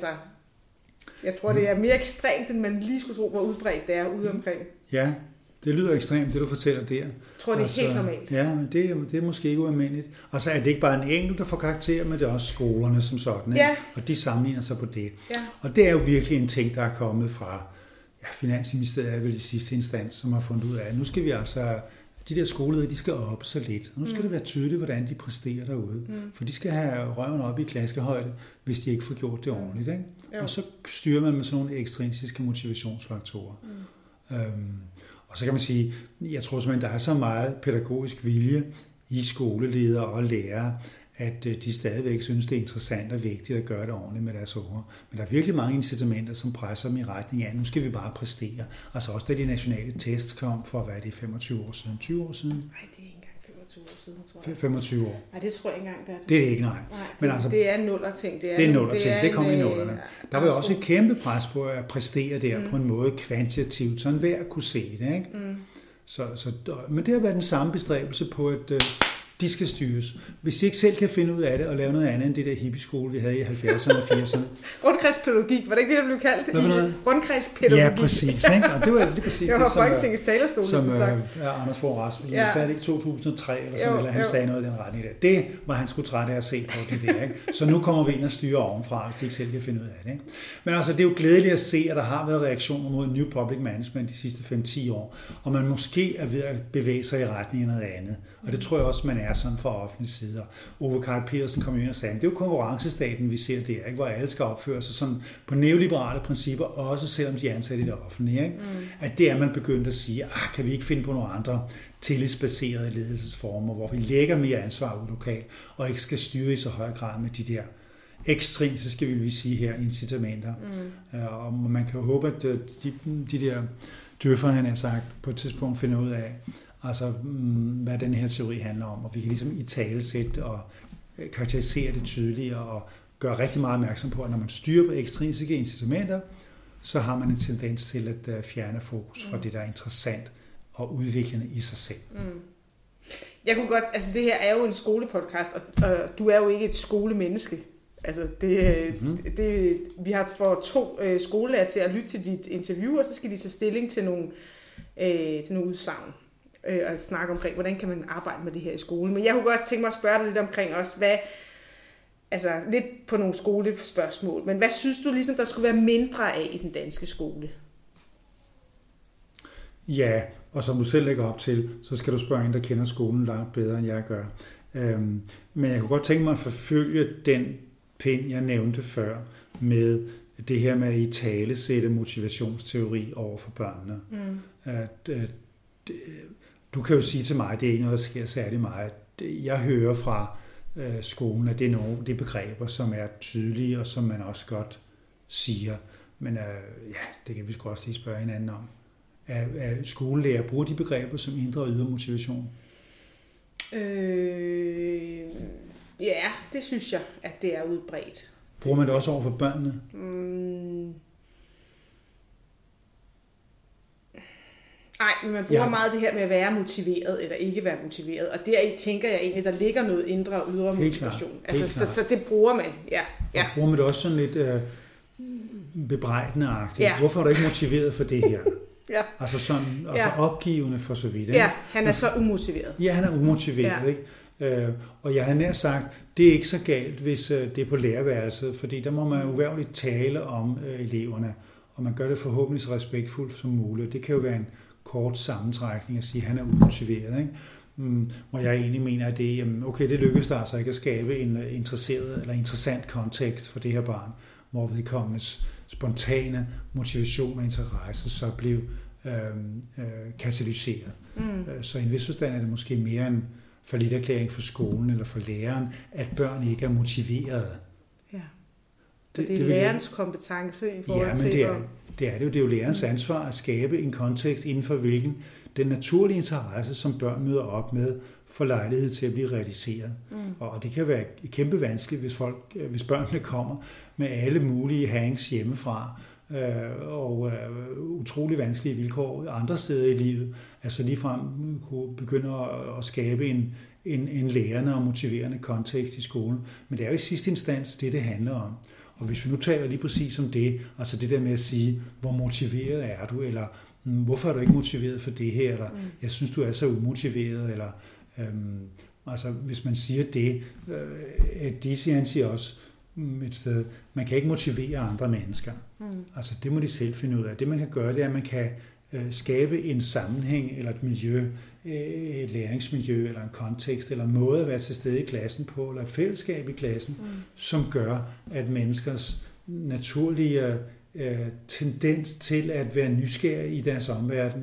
jeg tror, det er mere ekstremt, end man lige skulle tro, hvor udbredt det er ude omkring. Ja, det lyder ekstremt, det du fortæller der. Jeg tror, det er helt normalt. Ja, men det er måske ikke ualmindeligt. Og så er det ikke bare en enkelt, der får karakter, men det er også skolerne som sådan. Ikke? Ja. Og de sammenligner sig på det. Ja. Og det er jo virkelig en ting, der er kommet fra Finansministeriet, er vel i sidste instans, som har fundet ud af, at nu skal vi altså... De der skoleledere, de skal op så lidt. Og nu skal det være tydeligt, hvordan de præsterer derude. For de skal have røven op i klaskehøjde, hvis de ikke får gjort det ordentligt. Ikke? Og så styrer man med sådan nogle ekstrinsiske motivationsfaktorer. Og så kan man sige, jeg tror simpelthen, der er så meget pædagogisk vilje i skoleledere og lærere, at de stadigvæk synes, det er interessant og vigtigt at gøre det ordentligt med deres unger. Men der er virkelig mange incitamenter, som presser dem i retning af, nu skal vi bare præstere. Altså også da de nationale tests kom for, hvad er det, 25 år siden, 20 år siden? Nej, det er ikke engang 25 år siden, tror jeg. 25 år. Nej, det tror jeg ikke engang, det er det. Det er det ikke, nej. Men altså, det er nuller-ting. Det er nuller-ting, det kom i nullerne. Der var jo også et kæmpe pres på at præstere der på en måde kvantitativt, så enhver kunne se det, ikke? Men det har været den samme bestræbelse på, at de skal styres. Hvis de ikke selv kan finde ud af det og lave noget andet end det der hippieskole, vi havde i 70'erne og 80'erne. Rundkredspædagogik, var det ikke det, der blev kaldt? Rundkredspædagogik. Ja, præcis. Ikke? Og det var lige præcis det, som Anders Fogh Rasmussen sagde det ikke 2003, eller sådan, eller han sagde noget i den retning der. Det var han skulle træt af at se på det der. Ikke? Så nu kommer vi ind og styrer ovenfra, hvis de ikke selv kan finde ud af det. Ikke? Men altså, det er jo glædeligt at se, at der har været reaktioner mod New Public Management de sidste 5-10 år, og man måske er ved at bevæge sig i retning af noget andet. Og det tror jeg også, man er sådan fra offentlige sider. Ove Karl Petersen kom ind og sagde, det er jo konkurrencestaten, vi ser der, ikke? Hvor alle skal opføre sig sådan på neoliberale principper, også selvom de er ansat i det offentlige. Ikke? At det er man begyndt at sige, kan vi ikke finde på nogle andre tillidsbaserede ledelsesformer, hvor vi lægger mere ansvar ud lokalt, og ikke skal styre i så høj grad med de der ekstrinsiske, vil vi sige her, incitamenter. Og man kan jo håbe, at de der djøffer, han har sagt, på et tidspunkt finder ud af, altså, hvad den her teori handler om, og vi kan ligesom italesætte og karakterisere det tydeligere og gøre rigtig meget opmærksom på, at når man styrer på ekstrinsiske incitamenter, så har man en tendens til at fjerne fokus fra det, der er interessant og udviklende i sig selv. Jeg kunne godt, altså det her er jo en skolepodcast, og du er jo ikke et skolemenneske. Altså vi har fået 2 skolelærer til at lytte til dit interview, og så skal de tage stilling til nogle udsagn. Og snakke omkring, hvordan kan man arbejde med det her i skolen. Men jeg kunne godt tænke mig at spørge dig lidt omkring også, lidt på nogle skolespørgsmål, men hvad synes du ligesom, der skulle være mindre af i den danske skole? Ja, og som du selv lægger op til, så skal du spørge en, der kender skolen langt bedre, end jeg gør. Men jeg kunne godt tænke mig at forfølge den pind, jeg nævnte før, med det her med at italesætte motivationsteori over for børnene. Du kan jo sige til mig, at det er noget, der sker særlig meget. Jeg hører fra skolen, at det er nogle af de begreber, som er tydelige, og som man også godt siger. Men det kan vi sgu også lige spørge hinanden om. Er skolelærer bruger de begreber som indre og ydre motivation? Ja, det synes jeg, at det er udbredt. Bruger man det også over for børnene? Nej, men man bruger meget det her med at være motiveret eller ikke være motiveret, og deri tænker jeg egentlig, der ligger noget indre og ydre motivation. Altså, så det bruger man, ja. Og bruger man det også sådan lidt bebrejdende-agtigt? Ja. Hvorfor er du ikke motiveret for det her? Ja. Altså opgivende for så vidt. Ikke? Ja, han er så umotiveret. Ja, han er umotiveret, ikke? Og jeg har nær sagt, det er ikke så galt, hvis det er på lærerværelset, fordi der må man uværligt tale om eleverne, og man gør det forhåbentlig så respektfuldt som muligt. Det kan jo være en kort sammentrækning at sige, at han er umotiveret, ikke? Hvor jeg egentlig mener, at det lykkedes der altså ikke at skabe en interessant kontekst for det her barn, hvor vedkommendes spontane motivation og interesse så blev katalyseret. Så i en vis forstand er det måske mere en falliterklæring for skolen eller for læreren, at børn ikke er motiverede. Ja. Det er lærerens kompetence i forhold til... Ja, men det er jo lærerens ansvar at skabe en kontekst, inden for hvilken den naturlige interesse, som børn møder op med, får lejlighed til at blive realiseret. Og det kan være kæmpe vanskeligt, hvis børnene kommer med alle mulige hangs hjemmefra, og utrolig vanskelige vilkår andre steder i livet. Altså ligefrem kunne begynde at skabe en lærende og motiverende kontekst i skolen. Men det er jo i sidste instans det handler om. Og hvis vi nu taler lige præcis om det, altså det der med at sige, hvor motiveret er du, eller hvorfor er du ikke motiveret for det her, eller jeg synes, du er så umotiveret, eller altså hvis man siger det, Dizzy han siger også et sted, man kan ikke motivere andre mennesker. Altså det må de selv finde ud af. Det man kan gøre, det er, at man kan skabe en sammenhæng, eller et miljø, et læringsmiljø, eller en kontekst, eller en måde at være til stede i klassen på, eller et fællesskab i klassen, som gør, at menneskers naturlige tendens til at være nysgerrige i deres omverden,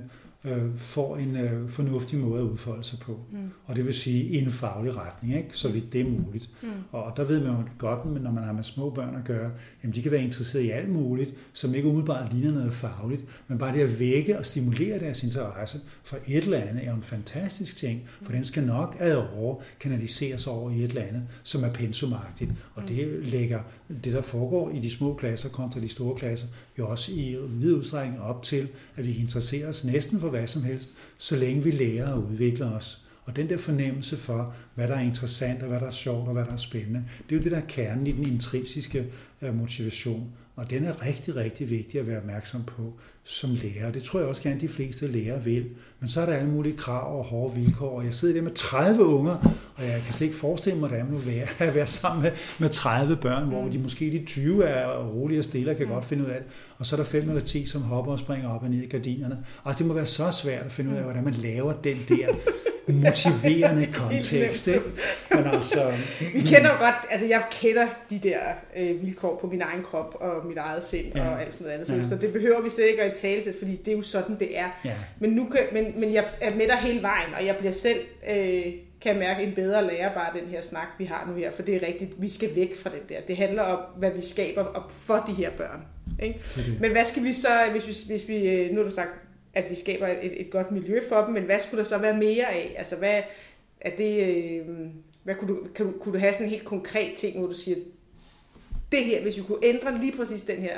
får en fornuftig måde at udfolde sig på. Og det vil sige i en faglig retning, ikke? Så vidt det er muligt. Og der ved man jo godt, når man har med små børn at gøre, jamen de kan være interesseret i alt muligt, som ikke umiddelbart ligner noget fagligt, men bare det at vække og stimulere deres interesse for et eller andet er jo en fantastisk ting, for den skal nok kanaliseres over i et eller andet, som er pensumagtigt. Og det lægger det, der foregår i de små klasser kontra de store klasser, jo også i vid udstrækning op til, at vi kan interessere os næsten for hvad som helst, så længe vi lærer og udvikler os. Og den der fornemmelse for, hvad der er interessant, og hvad der er sjovt, og hvad der er spændende, det er jo det, der er kernen i den intrinsiske motivation. Og den er rigtig, rigtig vigtig at være opmærksom på som lærer. Det tror jeg også gerne, de fleste lærere vil. Men så er der alle mulige krav og hårde vilkår. Og jeg sidder der med 30 unger, og jeg kan slet ikke forestille mig, hvordan det er at være sammen med 30 børn, hvor de måske de 20 er rolige og stille og kan godt finde ud af det. Og så er der 5 eller 10, som hopper og springer op og ned i gardinerne. Altså det må være så svært at finde ud af, hvordan man laver den der motiverende kontekst, ikke? Men altså, vi kender jo godt, altså jeg kender de der vilkår på min egen krop og mit eget sind og alt sådan noget andet, så det behøver vi slet ikke at italesætte, fordi det er jo sådan, det er. Ja. Men jeg er med dig hele vejen, og jeg bliver selv, kan jeg mærke, en bedre lærer bare den her snak, vi har nu her, for det er rigtigt, vi skal væk fra den der. Det handler om, hvad vi skaber for de her børn. Ikke? Men hvad skal vi så, hvis vi nu har du sagt, at vi skaber et godt miljø for dem, men hvad skulle der så være mere af? Altså hvad er det, hvad kunne du have sådan en helt konkret ting, hvor du siger, det her, hvis vi kunne ændre lige præcis den her?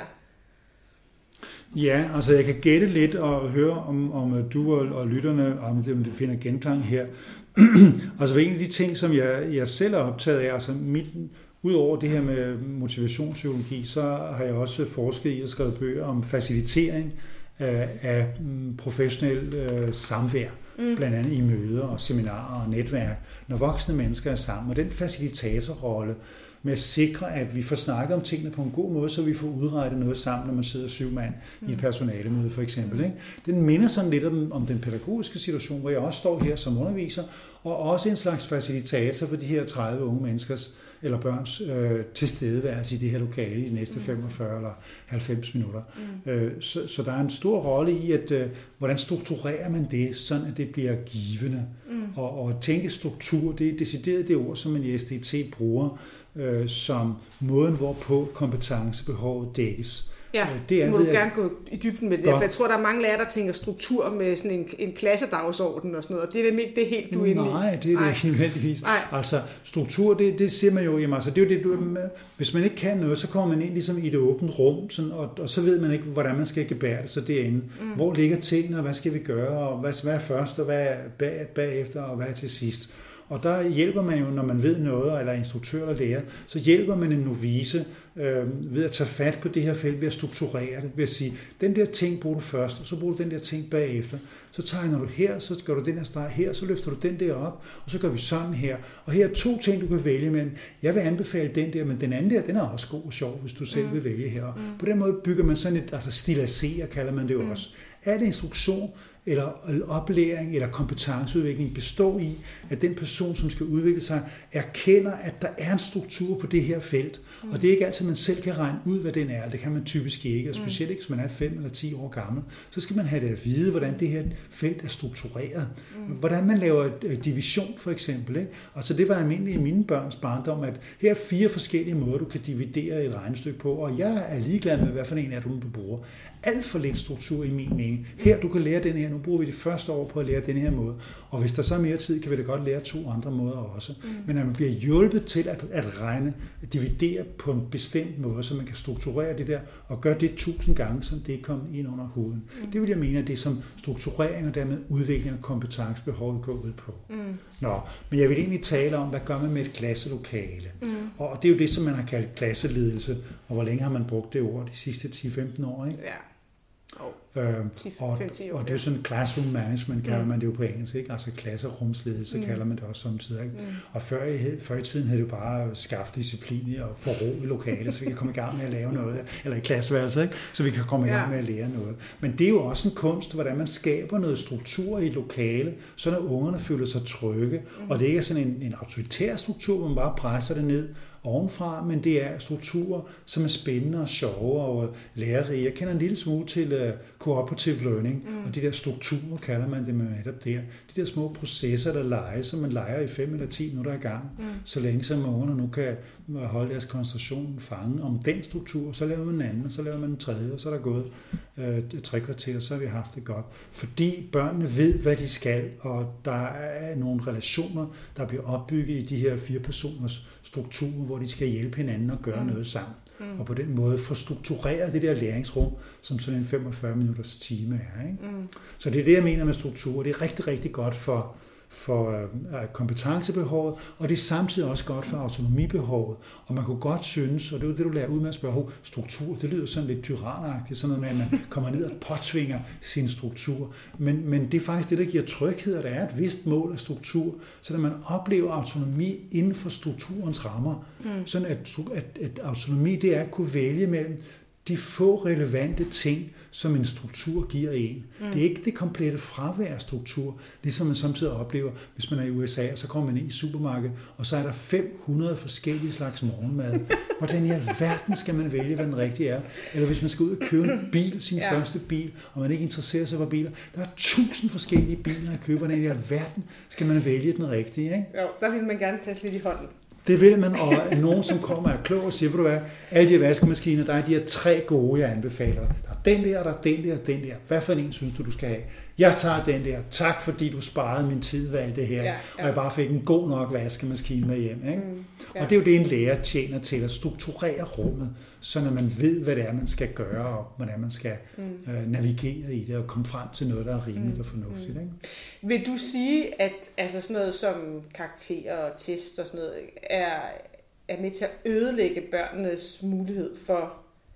Ja, altså jeg kan gætte lidt og høre, om du og lytterne, om det finder genklang her. Altså en af de ting, som jeg selv er optaget af, altså udover det her med motivationspsykologi, så har jeg også forsket i og skrevet bøger om facilitering af professionel samvær, blandt andet i møder og seminarer og netværk, når voksne mennesker er sammen. Og den facilitatorrolle med at sikre, at vi får snakket om tingene på en god måde, så vi får udrettet noget sammen, når man sidder 7 mand i et personalemøde for eksempel. Ikke? Den minder sådan lidt om den pædagogiske situation, hvor jeg også står her som underviser, og også en slags facilitator for de her 30 unge menneskers eller børns tilstedeværelse i det her lokale i de næste 45 eller 90 minutter. Så der er en stor rolle i, at hvordan strukturerer man det, sådan at det bliver givende. Og tænke struktur, det er decideret det ord, som man i SDT bruger, som måden, hvorpå kompetencebehovet dækkes. Ja, det må du gerne gå i dybden med det, for jeg tror, der er mange lærere, der tænker struktur med sådan en klassedagsorden og sådan noget, og det er det helt, du er inde i. Nej, det er det ikke nødvendigvis. Altså, struktur, det ser man jo, jamen, altså, det er jo det, hvis man ikke kan noget, så kommer man ind ligesom i det åbne rum, sådan, og så ved man ikke, hvordan man skal gebærde sig derinde. Hvor ligger tingene, og hvad skal vi gøre, og hvad er først, og hvad er bagefter, og hvad er til sidst. Og der hjælper man jo, når man ved noget, eller instruktør eller lærer, så hjælper man en novice ved at tage fat på det her felt, ved at strukturere det, ved at sige, den der ting bruger du først, og så bruger du den der ting bagefter. Så tegner du her, så gør du den her streg her, så løfter du den der op, og så gør vi sådan her. Og her er 2 ting, du kan vælge mellem. Jeg vil anbefale den der, men den anden der, den er også god og sjov, hvis du selv vil vælge her. På den måde bygger man sådan et, altså stillaserer, kalder man det jo også. Er det instruktion, eller oplæring eller kompetenceudvikling består i, at den person, som skal udvikle sig, erkender, at der er en struktur på det her felt. Og det er ikke altid, man selv kan regne ud, hvad den er. Det kan man typisk ikke, og specielt ikke, hvis man er 5 eller 10 år gammel. Så skal man have det at vide, hvordan det her felt er struktureret. Hvordan man laver division, for eksempel. Ikke? Altså det var almindeligt i mine børns barndom, at her er 4 forskellige måder, du kan dividere et regnestykke på, og jeg er ligeglad med, hvad for en af dem du bruger. Alt for lidt struktur i min mening. Her, du kan lære den her. Nu bruger vi det første år på at lære den her måde. Og hvis der så er mere tid, kan vi da godt lære 2 andre måder også. Men at man bliver hjulpet til at regne, at dividere på en bestemt måde, så man kan strukturere det der, og gøre det 1000 gange, så det kommer ind under huden. Det vil jeg mene, at det er som strukturering og dermed udvikling af kompetencebehovet går ud på. Nå, men jeg vil egentlig tale om, hvad gør man med et klasselokale? Og det er jo det, som man har kaldt klasseledelse, og hvor længe har man brugt det ord de sidste 10-15 år, ikke? Ja. Og det er jo sådan classroom management, kalder man det jo på engelsk, ikke? Altså klasserumsledelse kalder man det også samtidig, ikke? Og før i tiden havde det jo bare skaffet disciplin og få ro i lokalet, så vi kan komme i gang med at lave noget, eller i klasseværelset, ikke? Så vi kan komme i gang med at lære noget. Men det er jo også en kunst, hvordan man skaber noget struktur i et lokale, så når ungerne føler sig trygge, og det ikke er sådan en autoritær struktur, hvor man bare presser det ned ovenfra, men det er strukturer, som er spændende og sjove og lærerige. Jeg kender en lille smule til cooperative learning, og de der strukturer kalder man det med netop der. De der små processer, der leger, som man leger i 5 eller 10 minutter ad gang, så længe som ungerne nu kan holde deres koncentration fange om den struktur, så laver man en anden, og så laver man en tredje, og så er der gået 3 kvarter, så har vi haft det godt. Fordi børnene ved, hvad de skal, og der er nogle relationer, der bliver opbygget i de her 4-personers strukturer, hvor de skal hjælpe hinanden og gøre noget sammen. Og på den måde få struktureret det der læringsrum, som sådan en 45 minutters time er. Ikke? Så det er det, jeg mener med struktur. Det er rigtig, rigtig godt for kompetencebehovet, og det er samtidig også godt for autonomibehovet. Og man kunne godt synes, og det er jo det, du lærer ud med at spørge, struktur, det lyder sådan lidt tyrannagtigt, sådan noget med, at man kommer ned og påtvinger sin struktur. Men det er faktisk det, der giver tryghed, og der er et vist mål af struktur, så at man oplever autonomi inden for strukturens rammer. Sådan at autonomi, det er at kunne vælge mellem de få relevante ting, som en struktur giver en. Det er ikke det komplette fravær af struktur, ligesom man samtidig oplever, hvis man er i USA, og så kommer man ind i supermarkedet, og så er der 500 forskellige slags morgenmad. Hvordan i alverden skal man vælge, hvad den rigtige er? Eller hvis man skal ud og købe en bil, sin første bil, og man ikke interesserer sig for biler, der er 1000 forskellige biler at købe. Hvordan i alverden skal man vælge den rigtige? Ikke? Jo, der vil man gerne tage lidt i hånden. Det vil man, og nogen, som kommer og er klog og siger, ved du hvad, alle de vaskemaskiner, der er de her 3 gode, jeg anbefaler dig. Der er den der, der er den der, den der. Hvad for en synes du skal have? Jeg tager den der. Tak, fordi du sparede min tid ved alt det her. Og jeg bare fik en god nok vaskemaskine med hjem. Ikke? Og det er jo det, en lærer tjener til, at strukturere rummet, så når man ved, hvad det er, man skal gøre, og hvordan man skal navigere i det, og komme frem til noget, der er rimeligt og fornuftigt. Ikke? Vil du sige, at altså sådan noget som karakterer og test og sådan noget, er med til at ødelægge børnenes mulighed for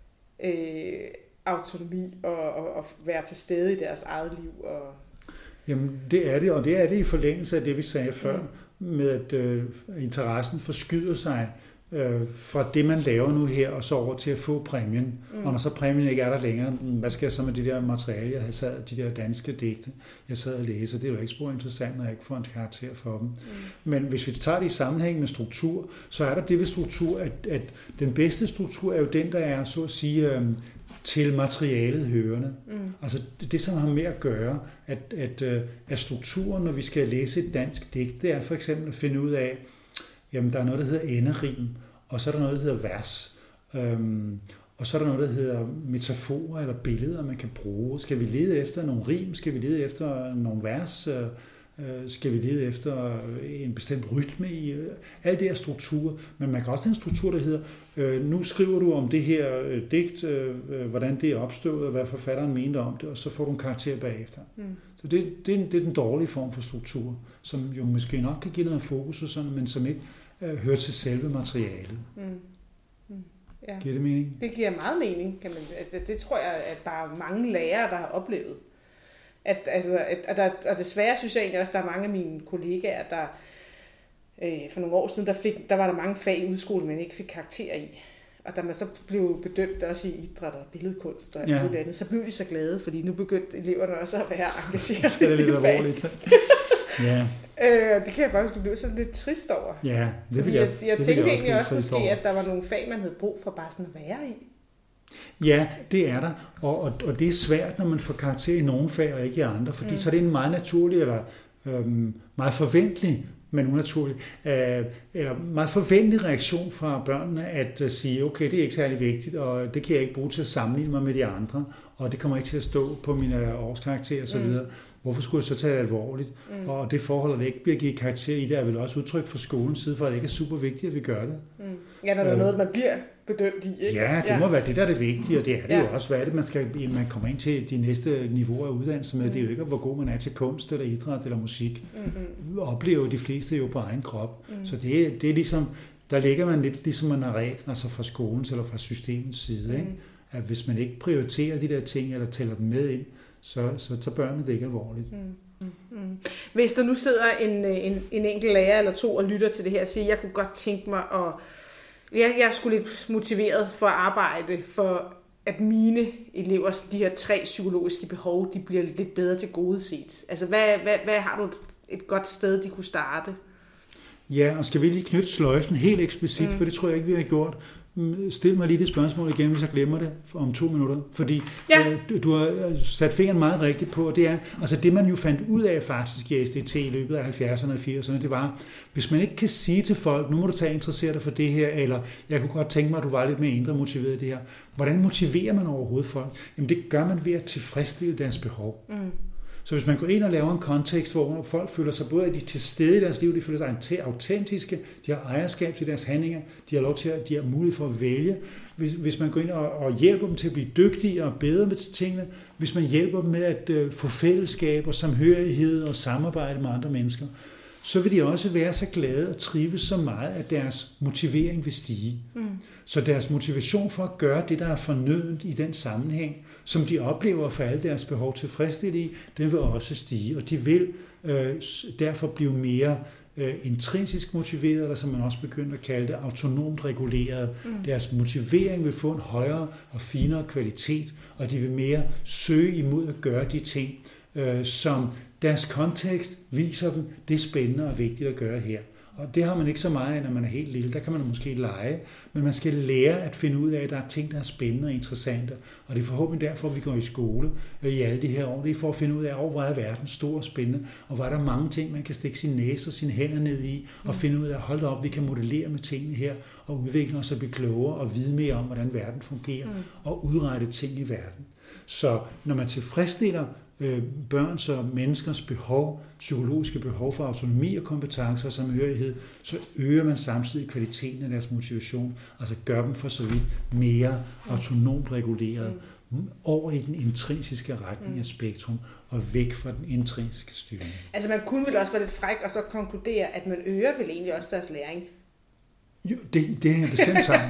autonomi og være til stede i deres eget liv? Jamen, det er det, og det er det i forlængelse af det, vi sagde før, med at interessen forskyder sig fra det, man laver nu her, og så over til at få præmien. Og når så præmien ikke er der længere, hvad skal jeg så med de der materiale, jeg har sad, de der danske digte, jeg sad og læser, det er jo ikke spor interessant, når jeg ikke får en karakter for dem. Men hvis vi tager det i sammenhæng med struktur, så er der det ved struktur, at den bedste struktur er jo den, der er, så at sige, til materialet hørende. Altså det, som har med at gøre, at strukturen, når vi skal læse et dansk digt, det er for eksempel at finde ud af, jamen der er noget, der hedder enderim, og så er der noget, der hedder vers, og så er der noget, der hedder metaforer eller billeder, man kan bruge. Skal vi lede efter nogle rim? Skal vi lede efter nogle vers? Skal vi lede efter en bestemt rytme i? Alt det er struktur, men man kan også have en struktur, der hedder, nu skriver du om det her digt, hvordan det er opstået, og hvad forfatteren mente om det, og så får du en karakter bagefter. Så det er den dårlige form for struktur, som jo måske nok kan give noget fokus og sådan, men som ikke hører til selve materialet. Ja. Giver det mening? Det giver meget mening. Det tror jeg, at der er mange lærere, der har oplevet. Og desværre synes jeg egentlig også, at der er mange af mine kollegaer, der for nogle år siden, der var der mange fag i udskolen, man ikke fik karakter i. Og da man så blev bedømt også i idræt og billedkunst og alt andet, så blev de så glade, fordi nu begyndte eleverne også at være engageret i det fag. Ja. Det kan jeg bare huske, blev sådan lidt trist over. Ja, det vil jeg tænkte egentlig også måske, at der var nogle fag, man havde brug for bare sådan at være i. Ja, det er der, og det er svært, når man får karakter i nogle fag og ikke i andre, fordi så er det en meget naturlig eller meget forventelig, men unaturlig, eller meget forventelig reaktion fra børnene at sige, okay, det er ikke særlig vigtigt, og det kan jeg ikke bruge til at sammenligne mig med de andre, og det kommer ikke til at stå på mine årskarakterer osv. Hvorfor skulle jeg så tage det alvorligt? Og det forhold, at det ikke bliver givet karakter i det, er vel også udtryk fra skolens side, for at det ikke er super vigtigt, at vi gør det. Ja, når der er noget, man bliver bedømt i, ikke? Ja, det må være det, der er det vigtige, og det er det jo også. Hvad er det, man kommer ind til de næste niveauer af uddannelse med? Det er jo ikke, hvor god man er til kunst, eller idræt, eller musik. Oplever de fleste jo på egen krop. Så det er ligesom, der ligger man lidt ligesom en regel, altså fra skolens eller fra systemets side, ikke? At hvis man ikke prioriterer de der ting, eller tæller dem med ind, så tager børnene det ikke alvorligt. Hvis der nu sidder en enkelt lærer eller to og lytter til det her og siger, jeg kunne godt tænke mig at... Jeg er sgu lidt motiveret for at arbejde for, at mine elevers, de her 3 psykologiske behov, de bliver lidt bedre til gode set. Altså, hvad har du et godt sted, de kunne starte? Ja, og skal vi lige knytte sløjfen helt eksplicit, for det tror jeg ikke, vi har gjort. Stil mig lige det spørgsmål igen, hvis jeg glemmer det om 2 minutter. Fordi du har sat fingeren meget rigtigt på, og det er, altså det man jo fandt ud af faktisk i SDT i løbet af 70'erne og 80'erne, det var, hvis man ikke kan sige til folk, nu må du tage interessere dig for det her, eller jeg kunne godt tænke mig, at du var lidt mere indre motiveret i det her. Hvordan motiverer man overhovedet folk? Jamen det gør man ved at tilfredsstille deres behov. Så hvis man går ind og laver en kontekst, hvor folk føler sig både, at de er til stede i deres liv, de føler sig autentiske, de har ejerskab til deres handlinger, de har lov til at, de har mulighed for at vælge. Hvis man går ind og hjælper dem til at blive dygtigere og bedre med tingene, hvis man hjælper dem med at få fællesskab og samhørighed og samarbejde med andre mennesker, så vil de også være så glade og trives så meget, at deres motivering vil stige. Så deres motivation for at gøre det, der er fornødent i den sammenhæng, som de oplever for alle deres behov tilfredsstillet i, den vil også stige. Og de vil derfor blive mere intrinsisk motiveret, eller som man også begynder at kalde det, autonomt reguleret. Deres motivering vil få en højere og finere kvalitet, og de vil mere søge imod at gøre de ting, som deres kontekst viser dem, det er spændende og vigtigt at gøre her. Og det har man ikke så meget af, når man er helt lille. Der kan man måske lege, men man skal lære at finde ud af, at der er ting, der er spændende og interessante. Og det er forhåbentlig derfor, vi går i skole i alle de her år. Det er for at finde ud af, hvor er verden stor og spændende, og hvor er der mange ting, man kan stikke sin næse og sine hænder ned i, og finde ud af, hold op, vi kan modellere med tingene her, og udvikle os og blive klogere og vide mere om, hvordan verden fungerer, og udrette ting i verden. Så når man tilfredsstiller børns og menneskers behov, psykologiske behov for autonomi og kompetencer og samhørighed, så øger man samtidig kvaliteten af deres motivation, altså gør dem for så vidt mere autonomt reguleret over i den intrinsiske retning af spektrum og væk fra den intrinsiske styring. Altså man kunne vel også være lidt fræk og så konkludere, at man øger vel egentlig også deres læring? Jo, det hænger bestemt sammen.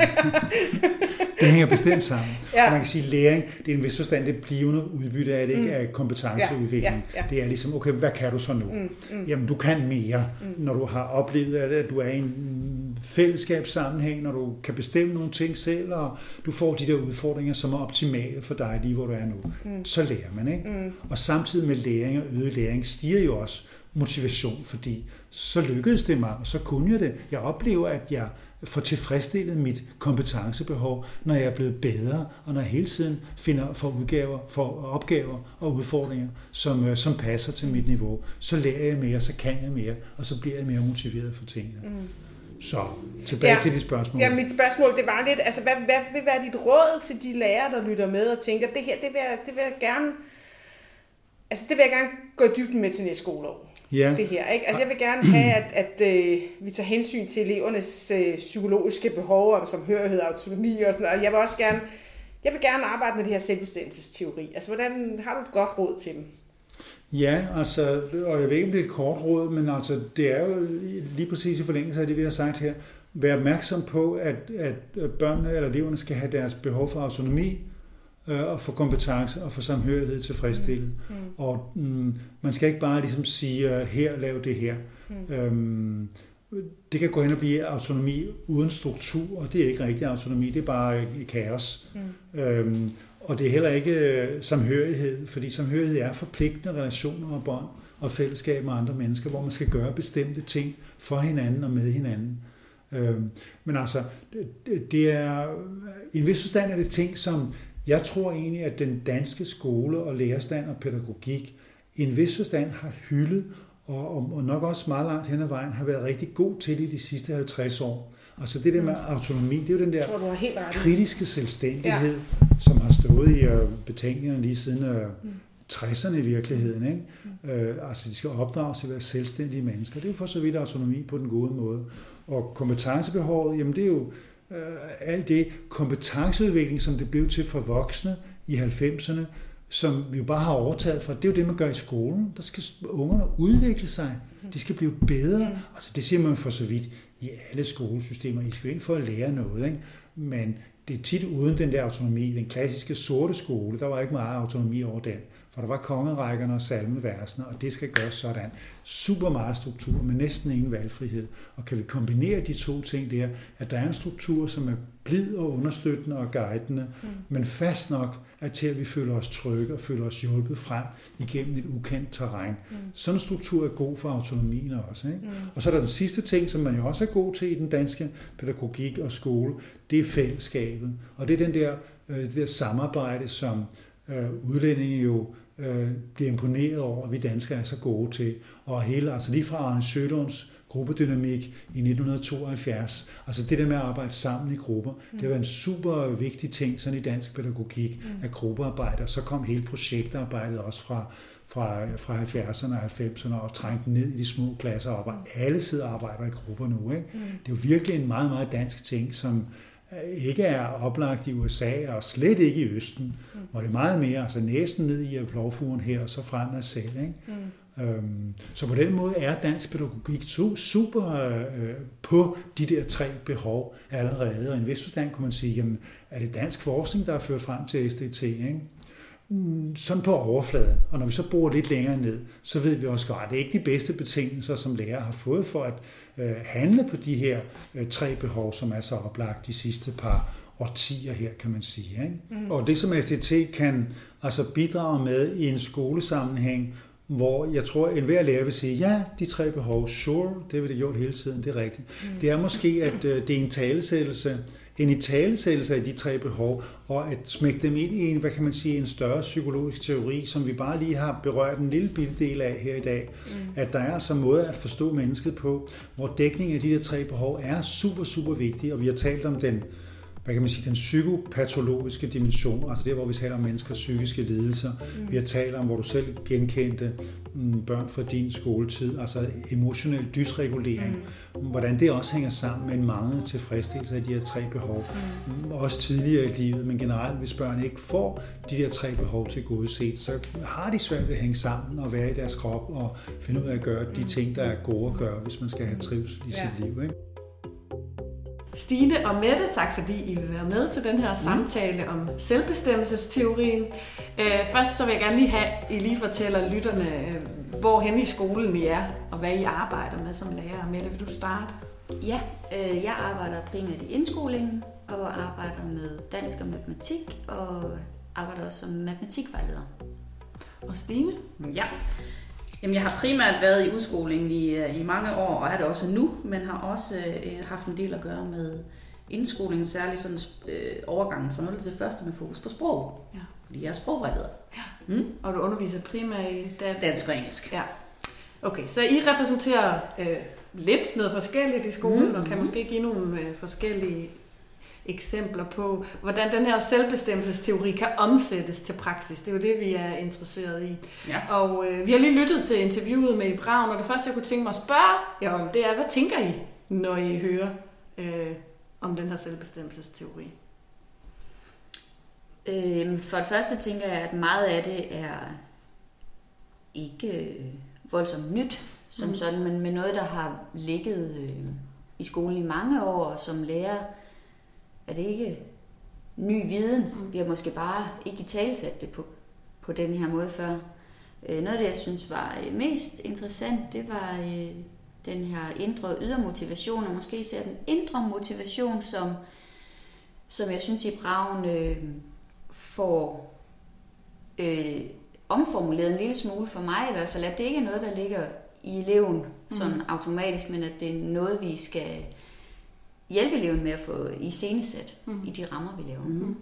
Det hænger bestemt sammen. Ja. Og man kan sige, at læring, det er en vis forstand det blivende udbytte af det, ikke af kompetenceudvikling. Ja. Det er ligesom, okay, hvad kan du så nu? Jamen, du kan mere, når du har oplevet, at du er i en fællesskabssammenhæng, når du kan bestemme nogle ting selv, og du får de der udfordringer, som er optimale for dig, lige hvor du er nu. Så lærer man, ikke? Og samtidig med læring og øget læring stiger jo også motivation, fordi så lykkedes det mig, og så kunne jeg det. Jeg oplever, at jeg får tilfredsstillet mit kompetencebehov, når jeg er blevet bedre, og når jeg hele tiden finder for opgaver og udfordringer, som passer til mit niveau. Så lærer jeg mere, så kan jeg mere, og så bliver jeg mere motiveret for tingene. Så tilbage til dit spørgsmål. Ja, mit spørgsmål, det var lidt, altså hvad vil være dit råd til de lærere, der lytter med og tænker, det her, det vil jeg gerne gå i dybden med til næste skoleår. Ja. Det her, ikke? Altså jeg vil gerne have, at vi tager hensyn til elevernes psykologiske behov om samhørighed og autonomi og sådan noget. Jeg vil gerne arbejde med det her selvbestemmelsesteori. Altså hvordan har du et godt råd til dem? Ja, altså, og jeg ved ikke, om det er et kort råd, men altså, det er jo lige præcis i forlængelse af det, vi har sagt her. Vær opmærksom på, at børnene eller eleverne skal have deres behov for autonomi, og for kompetence og for samhørighed tilfredsstillet. Og man skal ikke bare ligesom sige, her, lav det her. Det kan gå hen og blive autonomi uden struktur, og det er ikke rigtig autonomi, det er bare kaos. Og det er heller ikke samhørighed, fordi samhørighed er forpligtende relationer og bånd og fællesskab med andre mennesker, hvor man skal gøre bestemte ting for hinanden og med hinanden. Men altså, det er i en vis forstand er det ting, som jeg tror egentlig, at den danske skole og lærerstand og pædagogik i en vis forstand har hyldet, og nok også meget langt hen ad vejen har været rigtig god til i de sidste 50 år. Altså det der med autonomi, det er jo den der kritiske selvstændighed, som har stået i betænkningerne lige siden 60'erne i virkeligheden. Ikke? Altså de skal opdrages til at være selvstændige mennesker. Det er jo for så vidt autonomi på den gode måde. Og kompetencebehovet, jamen det er jo alt det kompetenceudvikling, som det blev til for voksne i 90'erne, som vi jo bare har overtaget fra. Det er jo det, man gør i skolen. Der skal ungerne udvikle sig. De skal blive bedre. Altså det siger man for så vidt i alle skolesystemer. I skal ind for at lære noget, ikke? Men det er tit uden den der autonomi. Den klassiske sorte skole, der var ikke meget autonomi over den. For der var kongerækkerne og salmeversene, og det skal gøres sådan. Super meget struktur, men næsten ingen valgfrihed. Og kan vi kombinere de to ting der, at der er en struktur, som er blid og understøttende og guidende, men fast nok, til at vi føler os trygge og føler os hjulpet frem igennem et ukendt terræn. Sådan en struktur er god for autonomien også. Ikke? Og så er der den sidste ting, som man jo også er god til i den danske pædagogik og skole, det er fællesskabet. Og det er det der samarbejde, som udlændinge jo bliver imponeret over, at vi danskere er så gode til. Og altså lige fra Arne Sølunds gruppedynamik i 1972, altså det der med at arbejde sammen i grupper, det har været en super vigtig ting sådan i dansk pædagogik af gruppearbejde, og så kom hele projektarbejdet også fra 70'erne og 90'erne og trængte ned i de små klasser op, og alle sidder og arbejder i grupper nu. Ikke? Det er jo virkelig en meget, meget dansk ting, som ikke er oplagt i USA, og slet ikke i Østen, hvor det er meget mere, altså næsten ned i plovfuren her, og så fremad selv. Ikke? Så på den måde er dansk pædagogik super på de der 3 behov allerede, og i en vis forstand kunne man sige, jamen, er det dansk forskning, der har ført frem til SDT, ikke? Sådan på overfladen, og når vi så borer lidt længere ned, så ved vi også godt, at det er ikke de bedste betingelser, som lærere har fået for at handle på de her 3 behov, som er så oplagt de sidste par årtier her, kan man sige. Ikke? Og det, som SDT kan altså bidrage med i en skolesammenhæng, hvor jeg tror, at enhver lærer vil sige, ja, de 3 behov, sure, det har vi gjort hele tiden, det er rigtigt. Det er måske, at det er en italesættelse af de 3 behov, og at smække dem ind i en, hvad kan man sige, en større psykologisk teori, som vi bare lige har berørt en lille bitte del af her i dag. At der er altså måder at forstå mennesket på, hvor dækning af de der 3 behov er super vigtig, og vi har talt om den, hvad kan man sige, den psykopatologiske dimension, altså der, hvor vi taler om menneskers psykiske lidelser. Vi har talt om, hvor du selv genkendte børn fra din skoletid, altså emotionel dysregulering. Hvordan det også hænger sammen med en manglende tilfredsstillelse af de her 3 behov. Også tidligere i livet, men generelt, hvis børn ikke får de der 3 behov til godset, så har de svært ved at hænge sammen og være i deres krop og finde ud af at gøre de ting, der er gode at gøre, hvis man skal have trivsel i sit liv. Ikke? Stine og Mette, tak fordi I vil være med til den her samtale om selvbestemmelsesteorien. Først så vil jeg gerne lige have, at I lige fortæller lytterne, hvorhen i skolen I er, og hvad I arbejder med som lærer. Mette, vil du starte? Ja, jeg arbejder primært i indskolingen, og arbejder med dansk og matematik, og arbejder også som matematikvejleder. Og Stine? Ja. Jamen, jeg har primært været i udskolingen i mange år, og er det også nu, men har også haft en del at gøre med indskolingen, særligt sådan overgangen fra 0. til 1. med fokus på sprog. Ja. Fordi jeg er sprogvejleder. Ja. Og du underviser primært i dansk og engelsk. Ja. Okay, så I repræsenterer lidt noget forskelligt i skolen, og kan måske give nogle forskellige eksempler på, hvordan den her selvbestemmelsesteori kan omsættes til praksis. Det er jo det, vi er interesseret i. Ja. Og vi har lige lyttet til interviewet med Ib Ravn, og det første, jeg kunne tænke mig at spørge jer om, det er, hvad tænker I, når I hører om den her selvbestemmelsesteori? For det første tænker jeg, at meget af det er ikke voldsomt nyt, som sådan, men med noget, der har ligget i skolen i mange år, og som lærer er det ikke ny viden. Vi har måske bare ikke italesat det på den her måde før. Noget af det, jeg synes var mest interessant, det var den her indre og ydre motivation, og måske især den indre motivation, som jeg synes, Ib Ravn får omformuleret en lille smule for mig i hvert fald, at det ikke er noget, der ligger i eleven sådan automatisk, men at det er noget, vi skal hjælpe eleven med at få iscenesat i de rammer, vi laver.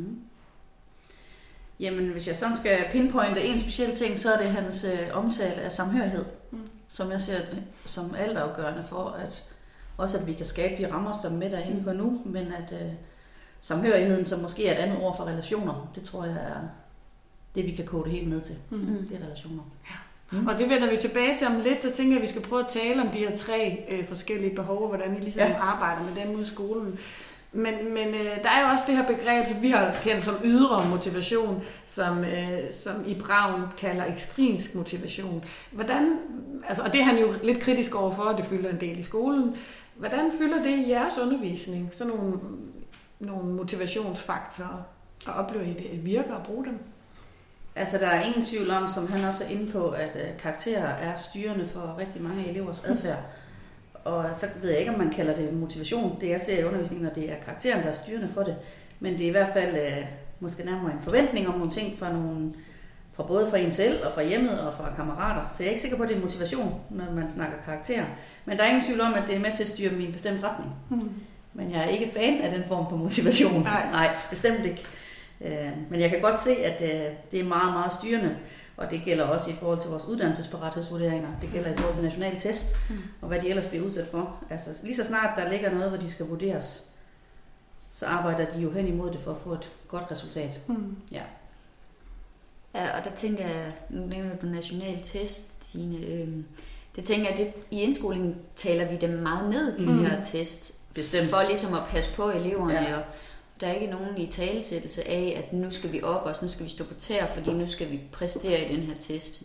Jamen, hvis jeg sådan skal pinpointe en speciel ting, så er det hans omtale af samhørighed, som jeg ser som altafgørende for, at vi kan skabe de rammer, som Mette er inde på nu, men at samhørigheden, som måske er et andet ord for relationer, det tror jeg er det, vi kan kode det helt ned til. Det er relationer. Ja. Og det vender vi tilbage til om lidt. Så tænker jeg, at vi skal prøve at tale om de her 3 forskellige behov, og hvordan I ligesom arbejder med dem ude i skolen. Men der er jo også det her begreb, som vi har kendt som ydre motivation, som Ib Ravn kalder ekstrinsk motivation. Hvordan, altså, og det er han jo lidt kritisk overfor, at det fylder en del i skolen. Hvordan fylder det i jeres undervisning? Så nogle motivationsfaktorer, og oplever I det virker at bruge dem? Altså, der er ingen tvivl om, som han også er inde på, at karakterer er styrende for rigtig mange elevers adfærd. Og så ved jeg ikke, om man kalder det motivation. Det jeg ser i undervisningen, når det er karakteren, der er styrende for det. Men det er i hvert fald måske nærmere en forventning om nogle ting fra både fra en selv og fra hjemmet og fra kammerater. Så jeg er ikke sikker på, at det er motivation, når man snakker karakterer. Men der er ingen tvivl om, at det er med til at styre min bestemt retning. Men jeg er ikke fan af den form for motivation. Nej, bestemt ikke. Men jeg kan godt se, at det er meget, meget styrende. Og det gælder også i forhold til vores uddannelsesparathedsvurderinger. Det gælder i forhold til nationale test, og hvad de ellers bliver udsat for. Altså lige så snart der ligger noget, hvor de skal vurderes, så arbejder de jo hen imod det for at få et godt resultat. Ja. Ja, og der tænker jeg, nu nævner du national test, Tine. Det tænker jeg, at i indskolingen taler vi dem meget ned, de her test. Bestemt. For ligesom at passe på eleverne, og der er ikke nogen italesættelse af, at nu skal vi op os, nu skal vi stå på tæer, fordi nu skal vi præstere i den her test.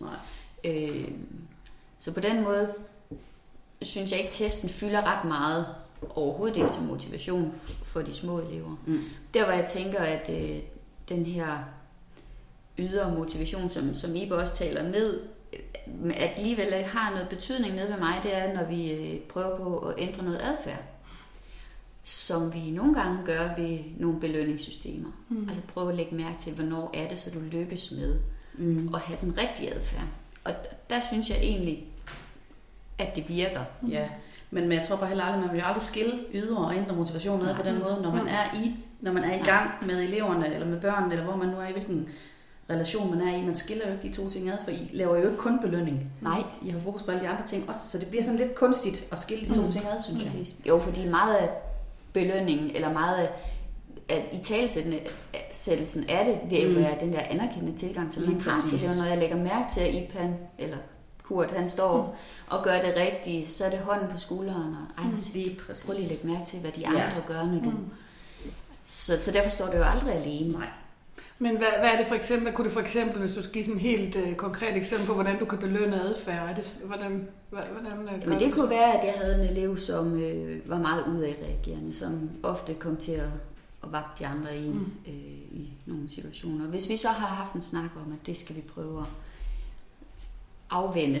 Så på den måde synes jeg ikke, at testen fylder ret meget, overhovedet ikke som motivation for de små elever. Der hvor jeg tænker, at den her ydre motivation, som Ibe også taler ned, at alligevel har noget betydning ned ved mig, det er, når vi prøver på at ændre noget adfærd, som vi nogle gange gør ved nogle belønningssystemer. Altså prøve at lægge mærke til, hvornår er det, så du lykkes med at have den rigtige adfærd. Og der synes jeg egentlig, at det virker. Ja, men jeg tror bare heller aldrig, man vil jo aldrig skille ydre og indre motivation ad på den måde, når man er i gang med eleverne, eller med børnene, eller hvor man nu er i, hvilken relation man er i. Man skiller jo ikke de to ting ad, for I laver jo ikke kun belønning. Nej. I har fokus på alle de andre ting også, så det bliver sådan lidt kunstigt at skille de to ting ad, synes jeg. Jo, fordi meget af belønningen, eller meget af italesættelsen af det, vil jo være den der anerkendende tilgang, som man har til det. Og når jeg lægger mærke til, at Ipan, eller Kurt, han står og gør det rigtige, så er det hånden på skulderen, og prøv lige at lægge mærke til, hvad de andre gør, når du... Så derfor står det jo aldrig alene. Nej. Men hvad er det for eksempel? Kunne du for eksempel, hvis du skal give sådan et helt konkret eksempel på, hvordan du kan belønne adfærd? Er det, hvordan Jamen det kunne være, at jeg havde en elev, som var meget udadreagerende, som ofte kom til at vagte de andre i nogle situationer. Hvis vi så har haft en snak om, at det skal vi prøve at afvende,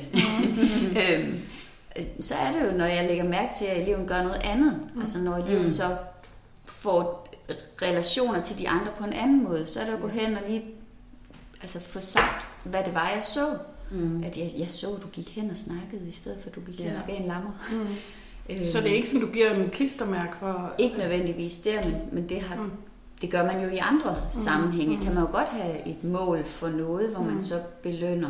så er det jo, når jeg lægger mærke til, at eleven gør noget andet. Altså når eleven så får relationer til de andre på en anden måde, så er det at gå hen og lige få sagt, hvad det var, jeg så. At jeg så, du gik hen og snakkede, i stedet for, at du gik hen og gav en lammer. Så det er ikke sådan, du giver en klistermærke for... Ikke nødvendigvis der, men det gør man jo i andre sammenhænge. Kan man jo godt have et mål for noget, hvor man så belønner.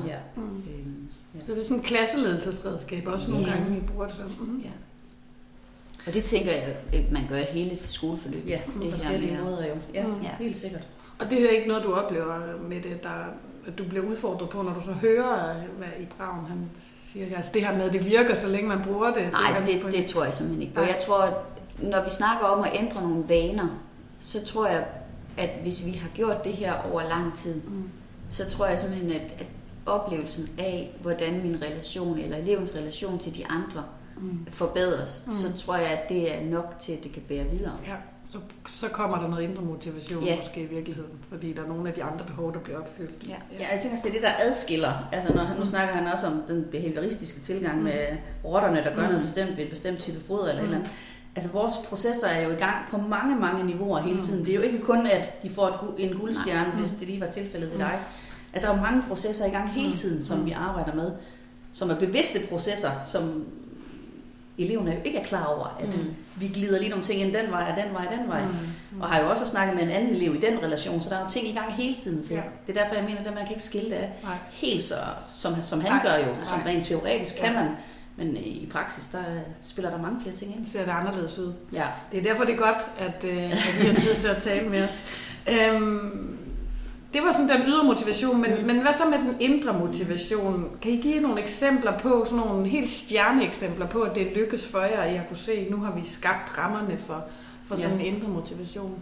Så det er sådan en klasseledelsesredskab også nogle gange, I bruger det sådan. Ja. Og det tænker jeg, at man gør hele skoleforløbet. Ja, på forskellige måder jo. Ja, helt sikkert. Og det er ikke noget, du oplever med det, at du bliver udfordret på, når du så hører, hvad i Braun han siger. Altså det her med, at det virker, så længe man bruger det. Nej, det tror jeg simpelthen ikke på. Jeg tror, at når vi snakker om at ændre nogle vaner, så tror jeg, at hvis vi har gjort det her over lang tid, så tror jeg simpelthen, at oplevelsen af, hvordan min relation eller elevens relation til de andre forbedres, så tror jeg, at det er nok til, at det kan bære videre. Ja, så kommer der noget indre motivation måske i virkeligheden, fordi der er nogle af de andre behov, der bliver opfyldt. Ja, jeg tænker, at det er det, der adskiller. Altså, nu snakker han også om den behavioristiske tilgang med rotterne, der gør noget bestemt ved et bestemt type foder eller et eller andet. Altså, vores processer er jo i gang på mange, mange niveauer hele tiden. Det er jo ikke kun, at de får en guldstjerne, hvis det lige var tilfældet ved dig. Altså, der er jo mange processer i gang hele tiden, som vi arbejder med, som er bevidste processer, som eleverne jo ikke er klar over, at vi glider lige nogle ting ind den vej, og har jo også snakket med en anden elev i den relation, så der er jo ting i gang hele tiden. Så det er derfor, jeg mener, at man kan ikke skille det af helt så, som han gør jo, som rent teoretisk kan man, men i praksis, der spiller der mange flere ting ind. Ser det anderledes ud. Ja. Det er derfor, det er godt, at vi har tid til at tale med os. Det var sådan den ydre motivation, men hvad så med den indre motivation? Kan I give nogle eksempler på, sådan nogle helt stjerneeksempler på, at det lykkes for jer, at jeg kunne se, at nu har vi skabt rammerne for sådan en indre motivation?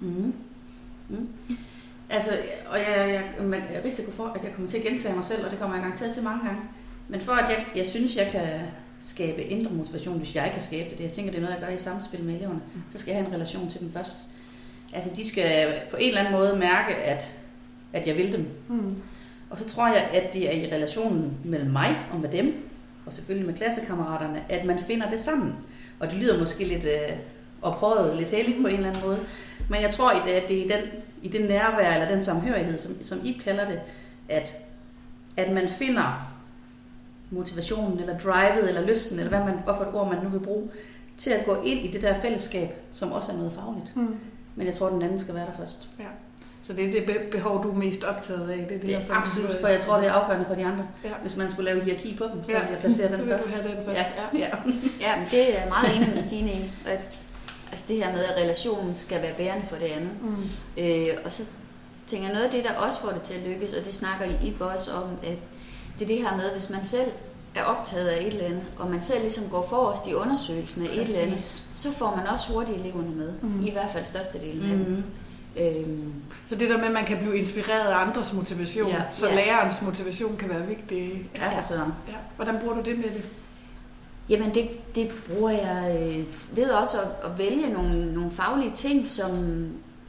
Altså, og jeg er risiko for, at jeg kommer til at gentage mig selv, og det kommer jeg garanteret til mange gange. Men for at jeg synes, jeg kan skabe indre motivation, hvis jeg kan skabe det, jeg tænker, det er noget, jeg gør i samspil med eleverne, så skal jeg have en relation til dem først. Altså, de skal på en eller anden måde mærke, at jeg vil dem. Og så tror jeg, at det er i relationen mellem mig og med dem, og selvfølgelig med klassekammeraterne, at man finder det sammen. Og det lyder måske lidt ophøjet, lidt heldigt på en eller anden måde. Men jeg tror, at det er i den nærvær, eller den samhørighed, som I kalder det, at man finder motivationen, eller drivet, eller lysten, eller hvorfor et ord man nu vil bruge, til at gå ind i det der fællesskab, som også er noget fagligt. Men jeg tror, den anden skal være der først. Ja. Så det er det behov, du er mest optaget af? Det her, absolut, for jeg tror, det er afgørende for de andre. Ja. Hvis man skulle lave hierarki på dem, så ville jeg placere den først. Ja, men det er meget enig med Stine i. Altså det her med, at relationen skal være bærende for det andet. Og så tænker jeg, noget af det, der også får det til at lykkes, og det snakker I også om, at det er det her med, hvis man selv er optaget af et eller andet, og man selv ligesom går forrest i undersøgelsen af et eller andet, så får man også hurtigt eleverne med. I hvert fald størstedelen af dem. Så det der med, at man kan blive inspireret af andres motivation, så lærerens motivation kan være vigtig. Hvordan bruger du det med det? Jamen det bruger jeg ved også at vælge nogle faglige ting, som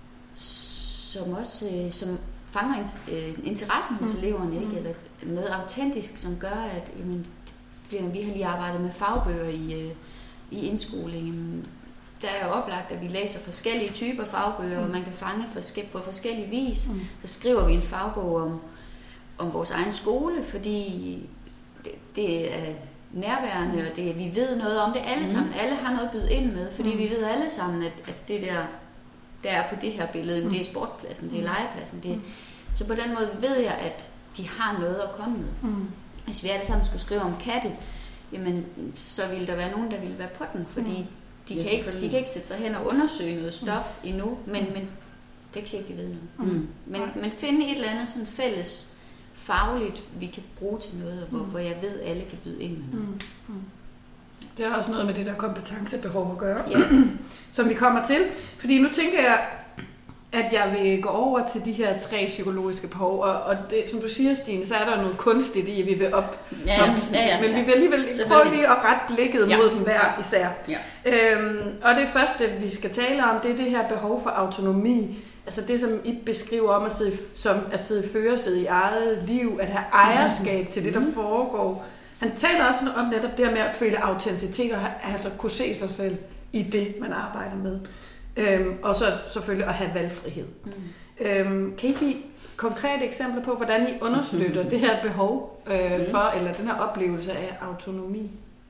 også som fanger interessen hos eleverne, ikke? Eller noget autentisk, som gør, at vi har lige arbejdet med fagbøger i indskolingen. Der er jo oplagt, at vi læser forskellige typer fagbøger, og man kan fange på forskellige vis. Så skriver vi en fagbog om vores egen skole, fordi det er nærværende, og vi ved noget om det alle sammen. Alle har noget at byde ind med, fordi vi ved alle sammen, at det der er på det her billede, det er sportspladsen, det er legepladsen. Så på den måde ved jeg, at de har noget at komme med. Hvis vi alle sammen skulle skrive om katte, jamen, så ville der være nogen, der ville være på den, fordi de kan ikke sætte sig hen og undersøge noget stof endnu, men det er ikke sikkert, de ved noget. Men finde et eller andet sådan fælles fagligt, vi kan bruge til noget, hvor jeg ved, at alle kan byde ind med noget. Det er også noget med det der kompetencebehov at gøre, som vi kommer til. Fordi nu tænker jeg, at jeg vil gå over til de her 3 psykologiske behov, og det, som du siger, Stine, så er der noget kunstigt i, at vi vil op. Men vi vil alligevel prøve lige at rette blikket mod dem hver især. Og det første, vi skal tale om, det er det her behov for autonomi. Altså det, som I beskriver om at sidde i førersted i eget liv, at have ejerskab til det, der foregår. Han taler også om netop det her med at føle autenticitet og altså kunne se sig selv i det, man arbejder med. Og så selvfølgelig at have valgfrihed. Kan I give konkrete eksempler på, hvordan I understøtter det her behov for, eller den her oplevelse af autonomi?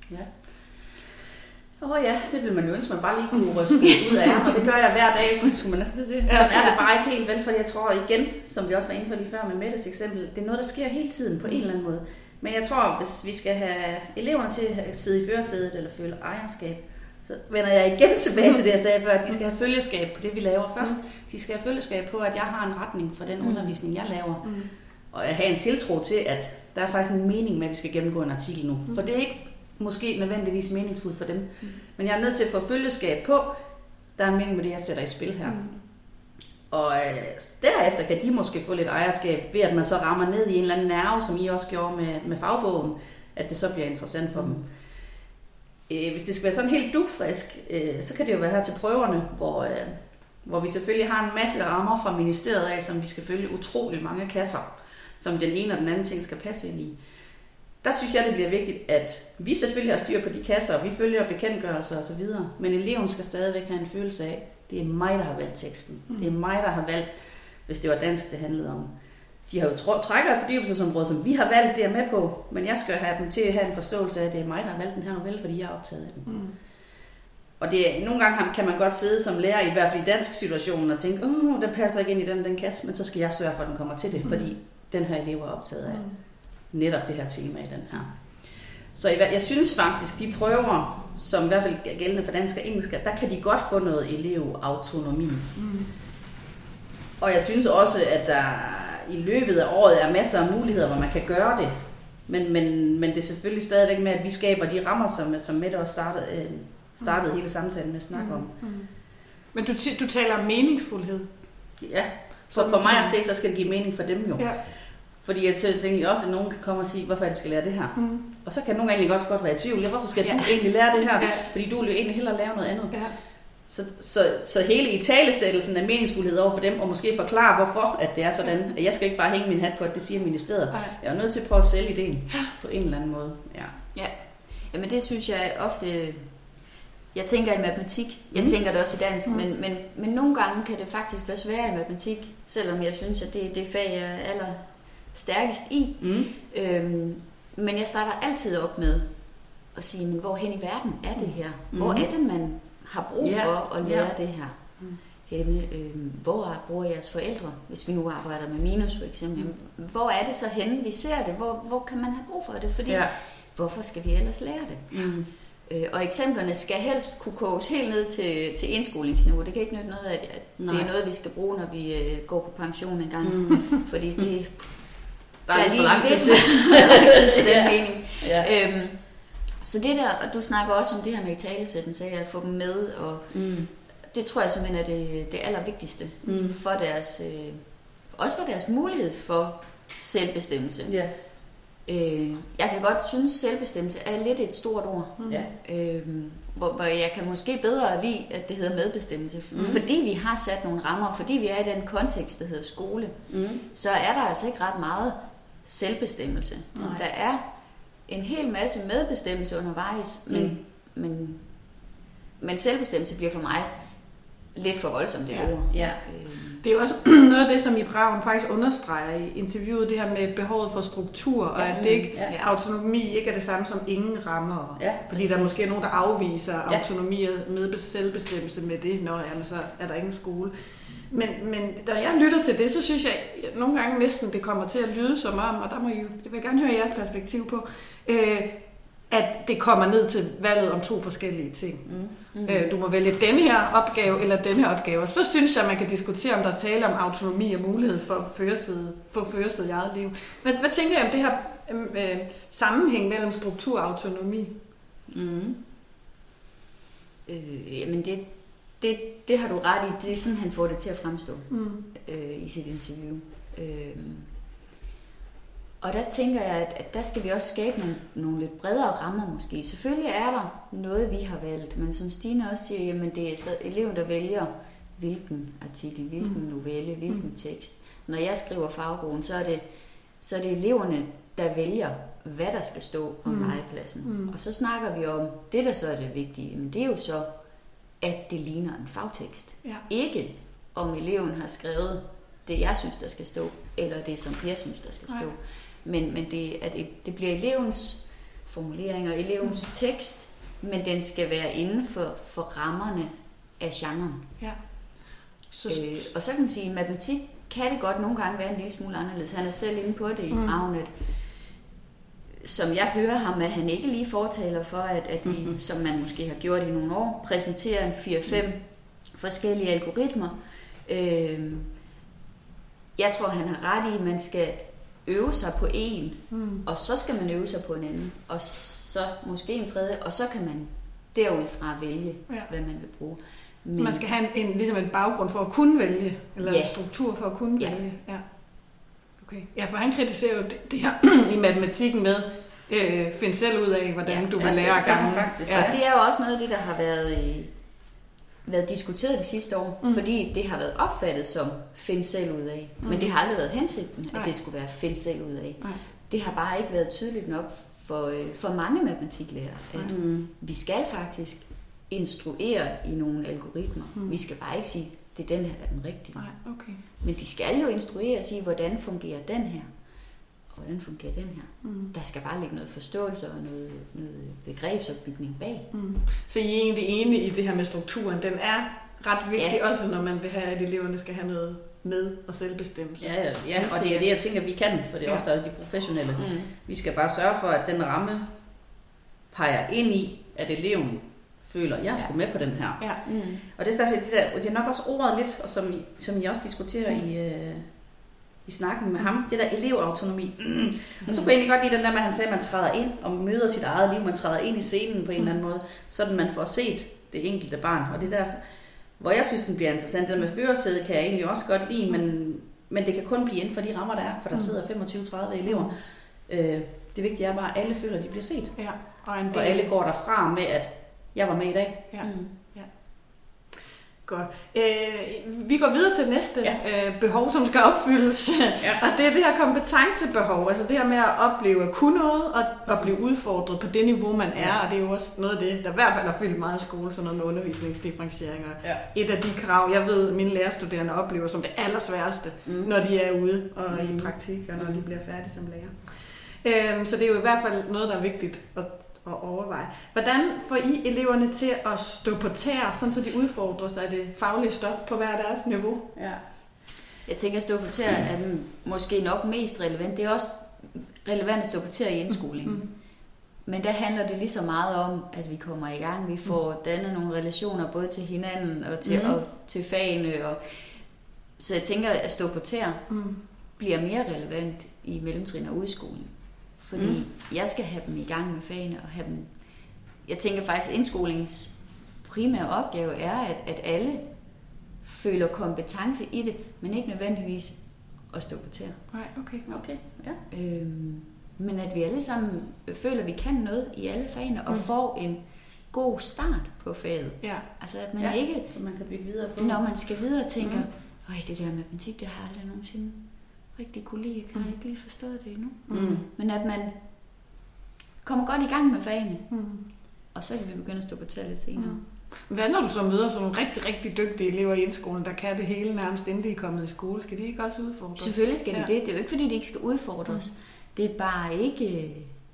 Det vil man jo ønske, man bare lige kunne ryste ud af, og det gør jeg hver dag, skulle man næsten det. Sådan er det bare ikke helt vel, for jeg tror igen, som vi også var inde for lige før med Mettes eksempel, det er noget, der sker hele tiden på en eller anden måde. Men jeg tror, hvis vi skal have eleverne til at sidde i førersædet eller føle ejerskab, så vender jeg igen tilbage til det, jeg sagde før, at de skal have følgeskab på det, vi laver først. De skal have følgeskab på, at jeg har en retning for den undervisning, jeg laver. Og jeg har en tiltro til, at der er faktisk en mening med, at vi skal gennemgå en artikel nu. For det er ikke måske nødvendigvis meningsfuldt for dem. Men jeg er nødt til at få følgeskab på, der er en mening med det, jeg sætter i spil her. Og derefter kan de måske få lidt ejerskab ved, at man så rammer ned i en eller anden nerve, som I også gjorde med fagbogen, at det så bliver interessant for dem. Hvis det skal være sådan helt dugfrisk, så kan det jo være her til prøverne, hvor vi selvfølgelig har en masse rammer fra ministeriet af, som vi skal følge utrolig mange kasser, som den ene og den anden ting skal passe ind i. Der synes jeg, det bliver vigtigt, at vi selvfølgelig har styr på de kasser, og vi følger bekendtgørelser osv., men eleven skal stadigvæk have en følelse af, det er mig, der har valgt teksten. Det er mig, der har valgt, hvis det var dansk, det handlede om. De har jo trækker af fordybelsesområdet, som vi har valgt, det er med på, men jeg skal have dem til at have en forståelse af, at det er mig, der har valgt den her novelle, fordi jeg er optaget af den. Og nogle gange kan man godt sidde som lærer, i hvert fald i dansk situationen, og tænke, den passer ikke ind i den kasse, men så skal jeg sørge for, at den kommer til det, fordi den her elev er optaget af netop det her tema i den her. Så jeg synes faktisk, de prøver, som i hvert fald er gældende for dansk og engelsk, der kan de godt få noget elevautonomi. Og jeg synes også, at der i løbet af året er masser af muligheder, hvor man kan gøre det. Men det er selvfølgelig stadigvæk med, at vi skaber de rammer, som Mette også startede hele samtalen med at snakke om. Men du taler om meningsfuldhed. Ja, for mig at se, så skal det give mening for dem jo. Ja. Fordi jeg tænker ofte, at nogen kan komme og sige, hvorfor du skal lære det her. Og så kan nogen egentlig godt være i tvivl. Hvorfor skal du egentlig lære det her? Fordi du vil jo egentlig hellere lave noget andet. Så hele italesættelsen af meningsfuldhed over for dem, og måske forklare, hvorfor at det er sådan. Jeg skal ikke bare hænge min hat på, at det siger ministeriet. Jeg er nødt til at prøve at sælge ideen på en eller anden måde. Ja. Jamen det synes jeg ofte... Jeg tænker i matematik. Jeg tænker det også i dansk, men nogle gange kan det faktisk være sværere i matematik, selvom jeg synes, at det er det fag, jeg er aller stærkest i. Men jeg starter altid op med at sige, men hvor hen i verden er det her? Hvor er det, man har brug for at lære det her henne? Hvor bor jeres forældre, hvis vi nu arbejder med minus for eksempel? Hvor er det så henne, vi ser det? Hvor kan man have brug for det? Fordi hvorfor skal vi ellers lære det? Og eksemplerne skal helst kunne koges helt ned til indskolingsniveau. Det kan ikke nytte noget, at det er noget, vi skal bruge, når vi går på pension en gang. Fordi det... Der er lige lang tid til den mening. Så det der, og du snakker også om det her med italesættelse, at få dem med, og det tror jeg simpelthen er det allervigtigste for deres, også for deres mulighed for selvbestemmelse. Jeg kan godt synes, at selvbestemmelse er lidt et stort ord, hvor jeg kan måske bedre lide, at det hedder medbestemmelse, fordi vi har sat nogle rammer, fordi vi er i den kontekst, der hedder skole, så er der altså ikke ret meget selvbestemmelse. Der er en hel masse medbestemmelse undervejs, men selvbestemmelse bliver for mig lidt for voldsomt det ord. Det er jo også noget af det, som Ib Ravn faktisk understreger i interviewet, det her med behovet for struktur, og at det ikke, autonomi ikke er det samme som ingen rammer. Fordi der måske er nogen, der afviser autonomi og selvbestemmelse med det, når så er der ingen skole. Men når jeg lytter til det, så synes jeg nogle gange næsten, det kommer til at lyde som om, og det vil jeg gerne høre jeres perspektiv på, at det kommer ned til valget om 2 forskellige ting. Du må vælge denne her opgave eller denne her opgave. Og så synes jeg, at man kan diskutere, om der er tale om autonomi og mulighed for at få førersæde i eget liv. Hvad tænker jeg om det her sammenhæng mellem struktur og autonomi? Jamen det har du ret i. Det er sådan, han får det til at fremstå i sit interview. Og der tænker jeg, at der skal vi også skabe nogle lidt bredere rammer måske. Selvfølgelig er der noget, vi har valgt, men som Stine også siger, jamen det er eleven, der vælger, hvilken artikel, hvilken novelle, hvilken tekst. Når jeg skriver fagbogen, så er det eleverne, der vælger, hvad der skal stå på legepladsen. Og så snakker vi om, det der så er det vigtige, men det er jo så, at det ligner en fagtekst. Ikke om eleven har skrevet det, jeg synes, der skal stå, eller det, som Per synes, der skal stå. Men det bliver elevens formulering og elevens tekst, men den skal være inden for rammerne af genren. Og så kan man sige, at matematik kan det godt nogle gange være en lille smule anderledes. Han er selv inde på det i Ravn, som jeg hører ham, at han ikke lige fortaler for, at vi, som man måske har gjort i nogle år, præsenterer en 4-5 forskellige algoritmer. Jeg tror, han har ret i, at man skal øve sig på en, og så skal man øve sig på en anden, og så måske en tredje, og så kan man derudfra vælge, hvad man vil bruge. Men, så man skal have ligesom en baggrund for at kunne vælge, eller en struktur for at kunne vælge. Okay. For han kritiserer jo det her i matematikken med, find selv ud af, hvordan du vil lære gangen. Og det er jo også noget af det, der har været diskuteret de sidste år, fordi det har været opfattet som find selv ud af. Men det har aldrig været hensigten, at det skulle være find selv ud af. Det har bare ikke været tydeligt nok for mange matematiklærere, at vi skal faktisk instruere i nogle algoritmer. Vi skal bare ikke sige, det er den her, der er den rigtige. Men de skal jo instruere og sige, hvordan fungerer den her, og hvordan fungerer den her. Der skal bare ligge noget forståelse og noget begrebsopbygning bag. Så I er egentlig enige i det her med strukturen. Den er ret vigtig, også når man vil have, at eleverne skal have noget med og selvbestemmelse. Ja, og det er det, jeg tænker, vi kan, for det er også der er de professionelle. Vi skal bare sørge for, at den ramme peger ind i, at eleven føler, jeg er sgu med på den her. Og det er derfor, det er nok også ordet lidt, og som I også diskuterer i snakken med ham, det der elevautonomi. Og så kunne jeg egentlig godt lide den der med, at han sagde, at man træder ind og møder sit eget liv, man træder ind i scenen på en eller anden måde, sådan man får set det enkelte barn. Og det er der, hvor jeg synes, den bliver interessant. Det der med førersæde kan jeg egentlig også godt lide, men det kan kun blive inden for de rammer, der er, for der sidder 25-30 elever. Det vigtige er bare, at alle føler, at de bliver set. Og alle går derfra med, at jeg var med i dag. Godt. Vi går videre til næste behov, som skal opfyldes. Og det er det her kompetencebehov. Altså det her med at opleve at kunne noget og blive udfordret på det niveau, man er. Og det er jo også noget af det, der i hvert fald har fyldt meget i skole, sådan noget med undervisningsdifferentieringer. Et af de krav, jeg ved, mine lærerstuderende oplever som det allersværeste, når de er ude og i praktik, og når de bliver færdige som lærer. Så det er jo i hvert fald noget, der er vigtigt at overveje. Hvordan får I eleverne til at stå på tæer, sådan så de udfordres af det faglige stof på hver deres niveau? Ja. Jeg tænker, at stå på tæer er måske nok mest relevant. Det er også relevant at stå på tæer i indskolingen. Men der handler det lige så meget om, at vi kommer i gang. Vi får dannet nogle relationer både til hinanden og til fagene. Så jeg tænker, at stå på tæer bliver mere relevant i mellemtrin og udskoling. Fordi jeg skal have dem i gang med fagene og have dem. Jeg tænker faktisk, at indskolingens primære opgave er, at alle føler kompetence i det, men ikke nødvendigvis at stå på tæer. Nej, okay. Ja. Men at vi alle sammen føler, at vi kan noget i alle fagene og får en god start på faget. Ja. Altså at man ikke, så man kan bygge videre på. Når man skal videre, tænker, det der matematik, det har jeg aldrig nogensinde rigtig kunne lide. Jeg har ikke lige forstået det endnu. Men at man kommer godt i gang med fagene, og så kan vi begynde at stå på tæer lidt senere. Hvad når du så møder sådan nogle rigtig, rigtig dygtige elever i indskolen, der kan det hele nærmest inden de er kommet i skole? Skal de ikke også udfordres? Selvfølgelig skal de det. Det er jo ikke, fordi de ikke skal udfordres. Det er bare ikke...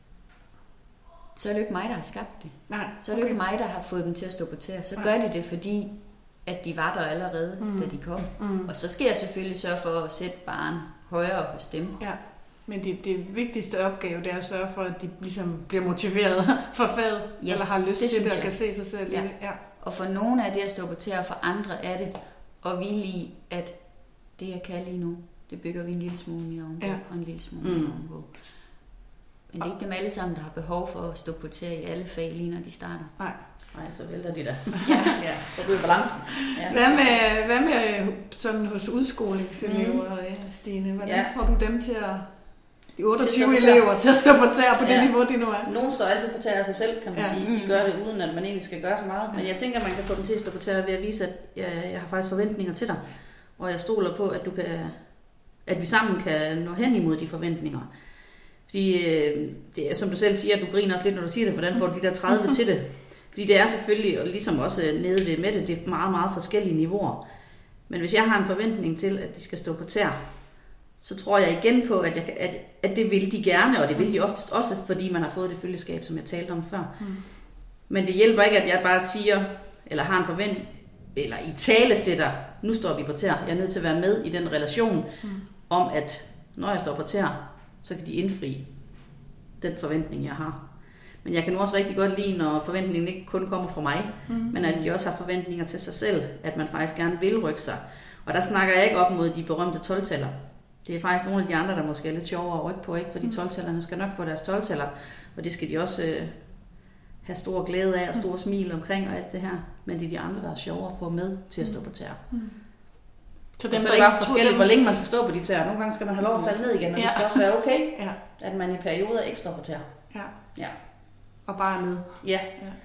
Så er det jo ikke mig, der har skabt det. Nej. Så er det jo ikke mig, der har fået dem til at stå på tæer. Så gør de det, fordi at de var der allerede, da de kom. Og så skal jeg selvfølgelig sørge for at sætte barn højere hos dem. Ja. Men det vigtigste opgave, det er at sørge for, at de ligesom bliver motiveret for faget, eller har lyst til det og kan se sig selv i det. Ja. Og for nogle er det at stå på tæer, og for andre er det at hvile i, at det jeg kan lige nu, det bygger vi en lille smule mere ovenpå, og en lille smule mere ovenpå. Men det er ikke dem alle sammen, der har behov for at stå på tæer i alle fag, lige når de starter. Nej, så vælter de da. Så bliver balancen. Ja. Hvad med sådan hos udskolingselever, Stine? Hvordan får du dem til at... De 28 elever til at stå på tæer på det niveau, de nu er. Nogle står altid på tæer af sig selv, kan man sige. De gør det, uden at man egentlig skal gøre så meget. Men jeg tænker, at man kan få dem til at stå på tæer ved at vise, at jeg har faktisk forventninger til dig. Og jeg stoler på, at vi sammen kan nå hen imod de forventninger. Fordi det er, som du selv siger, at du griner også lidt, når du siger det. Hvordan får du de der 30 til det? Fordi det er selvfølgelig, og ligesom også nede ved Mette, det er meget, meget forskellige niveauer. Men hvis jeg har en forventning til, at de skal stå på tæer, så tror jeg igen på, at det vil de gerne, og det vil de oftest også, fordi man har fået det følgeskab, som jeg talte om før. Men det hjælper ikke, at jeg bare siger, eller har en forventning, eller i tale sætter, nu står vi på tæer. Jeg er nødt til at være med i den relation, om at når jeg står på tæer, så kan de indfri den forventning, jeg har. Men jeg kan nu også rigtig godt lide, når forventningen ikke kun kommer fra mig, men at de også har forventninger til sig selv, at man faktisk gerne vil rykke sig. Og der snakker jeg ikke op mod de berømte 12-taller. Det er faktisk nogle af de andre, der måske er lidt sjovere at rykke på, ikke? Fordi 12-tallerne skal nok få deres 12-taller, og det skal de også have stor glæde af og store smil omkring og alt det her. Men det er de andre, der er sjovere at få med til at stå på tæer. Så det er bare forskelligt, hvor længe man skal stå på de tæer. Nogle gange skal man have lov at falde ned igen, og det skal også være okay, at man i perioder ikke står på tæer. Ja. Og bare ned. Ja.